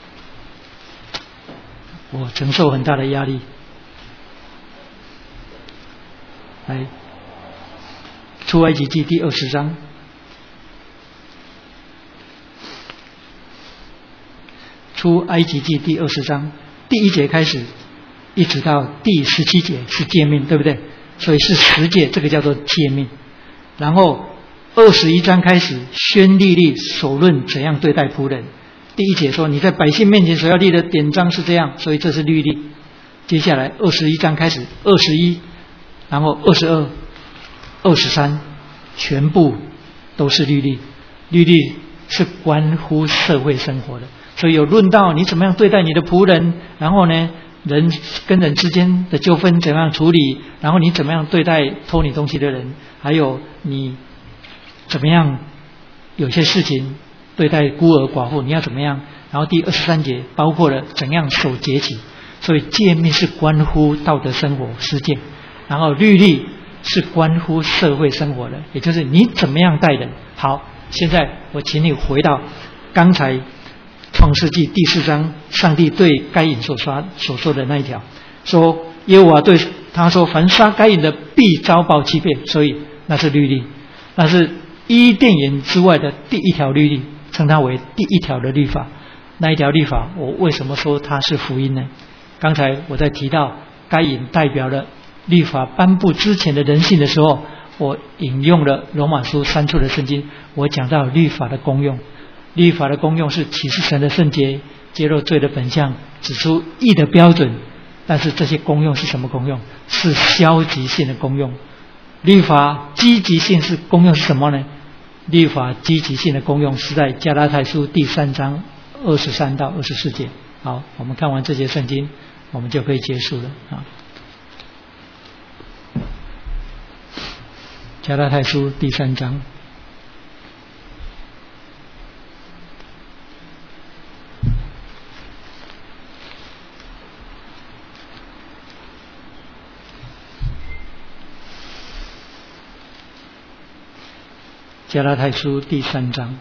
我承受很大的压力。来，出埃及记第二十章，出埃及记第二十章第一节开始，一直到第十七节是诫命，对不对？所以是十诫，这个叫做诫命。然后二十一章开始宣律例，所论怎样对待仆人。第一节说你在百姓面前所要立的典章是这样，所以这是律例。接下来二十一章开始，二十一，然后二十二、二十三，全部都是律例。律例是关乎社会生活的，所以有论到你怎么样对待你的仆人，然后呢，人跟人之间的纠纷怎么样处理，然后你怎么样对待偷你东西的人，还有你怎么样有些事情对待孤儿寡妇你要怎么样。然后第二十三节包括了怎样守节期，所以诫命是关乎道德生活实践，然后律例是关乎社会生活的，也就是你怎么样待人。好，现在我请你回到刚才创世纪第四章上帝对该隐所说所说的那一条，说耶和华对他说，凡杀该隐的必遭报七倍。所以那是律例，那是伊甸园之外的第一条律例，称它为第一条的律法。 那一条律法，我为什么说它是福音呢？刚才我在提到该隐代表了律法颁布之前的人性的时候，我引用了罗马书三处的圣经，我讲到律法的功用。律法的功用是启示神的圣洁，揭露罪的本相，指出义的标准。但是这些功用是什么功用？是消极性的功用。律法积极性是功用是什么呢？律法积极性的功用是在加拉太书第三章二十三到二十四节。好，我们看完这节圣经，我们就可以结束了啊。加拉太书第三章。加拉太书第三章，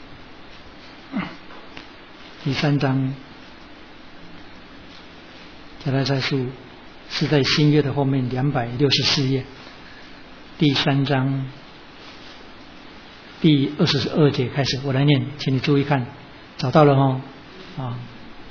第三章，加拉太书是在新约的后面两百六十四页，第三章第二十二节开始，我来念，请你注意看，找到了哦，啊，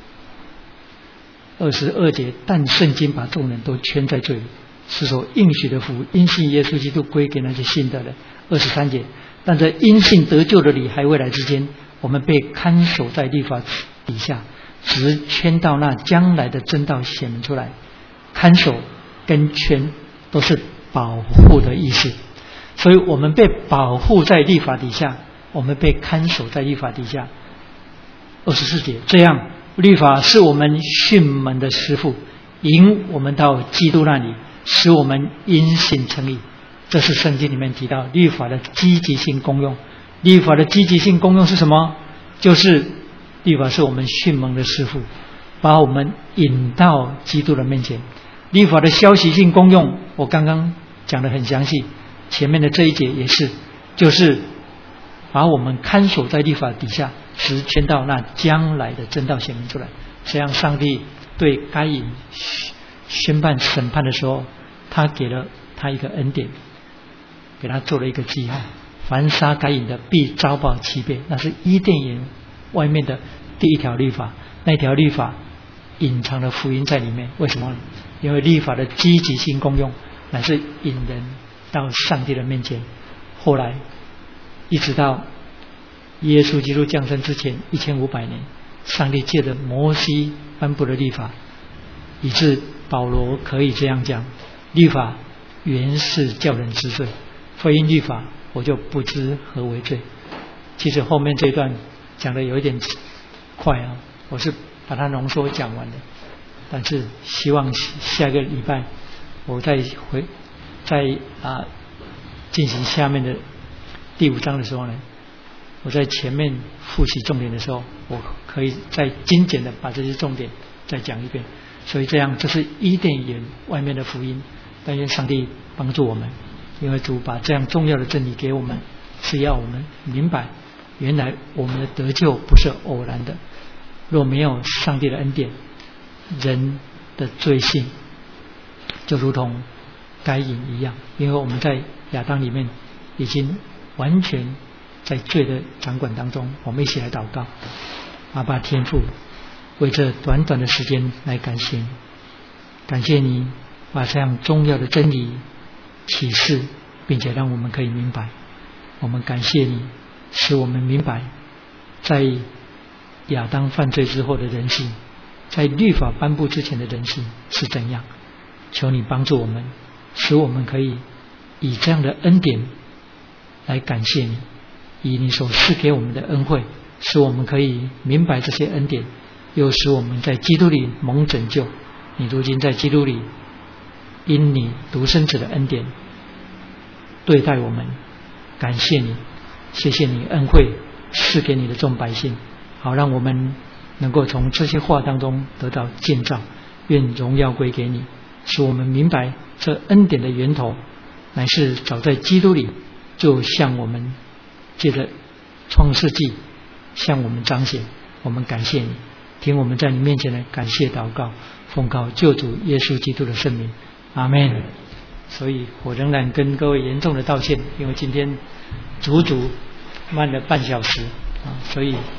二十二节，但圣经把众人都圈在罪里，是所应许的福，因信耶稣基督归给那些信的人。二十三节。但在因信得救的理还未来之间，我们被看守在律法底下，直圈到那将来的真道显明出来。看守跟圈都是保护的意思，所以我们被保护在律法底下，我们被看守在律法底下。二十四节，这样律法是我们训门的师傅，引我们到基督那里，使我们因信称义。这是圣经里面提到律法的积极性功用。律法的积极性功用是什么？就是律法是我们训蒙的师傅，把我们引到基督的面前。律法的消息性功用，我刚刚讲得很详细，前面的这一节也是，就是把我们看守在律法底下，直圈到那将来的真道显明出来。这样上帝对该隐宣判审判的时候，他给了他一个恩典，给他做了一个记号，凡杀该隐的必遭报七倍。那是伊甸园外面的第一条律法，那条律法隐藏了福音在里面。为什么呢？因为律法的积极性功用乃是引人到上帝的面前。后来一直到耶稣基督降生之前一千五百年，上帝借着摩西颁布的律法，以致保罗可以这样讲：律法原是叫人知罪，非因律法我就不知何为罪。其实后面这一段讲的有一点快啊，我是把它浓缩讲完的，但是希望下个礼拜我再回再啊进行下面的第五章的时候呢，我在前面复习重点的时候，我可以再精简的把这些重点再讲一遍。所以这样，这是伊甸园外面的福音。但愿上帝帮助我们，因为主把这样重要的真理给我们，是要我们明白，原来我们的得救不是偶然的。若没有上帝的恩典，人的罪性就如同该隐一样，因为我们在亚当里面已经完全在罪的掌管当中。我们一起来祷告。阿爸天父，为这短短的时间来感谢你，感谢你把这样重要的真理启示，并且让我们可以明白。我们感谢你，使我们明白在亚当犯罪之后的人性，在律法颁布之前的人性是怎样。求你帮助我们，使我们可以以这样的恩典来感谢你，以你所赐给我们的恩惠，使我们可以明白这些恩典，又使我们在基督里蒙拯救。你如今在基督里因你独生子的恩典对待我们，感谢你，谢谢你恩惠赐给你的众百姓，好让我们能够从这些话当中得到建造。愿荣耀归给你，使我们明白这恩典的源头乃是早在基督里，就像我们借着创世纪向我们彰显。我们感谢你，听我们在你面前的感谢祷告，奉靠救主耶稣基督的圣名，阿们。所以我仍然跟各位严重的道歉，因为今天足足慢了半小时啊，所以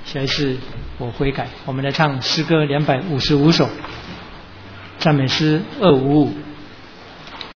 下一次我悔改。我们来唱诗歌两百五十五首，赞美诗二五五。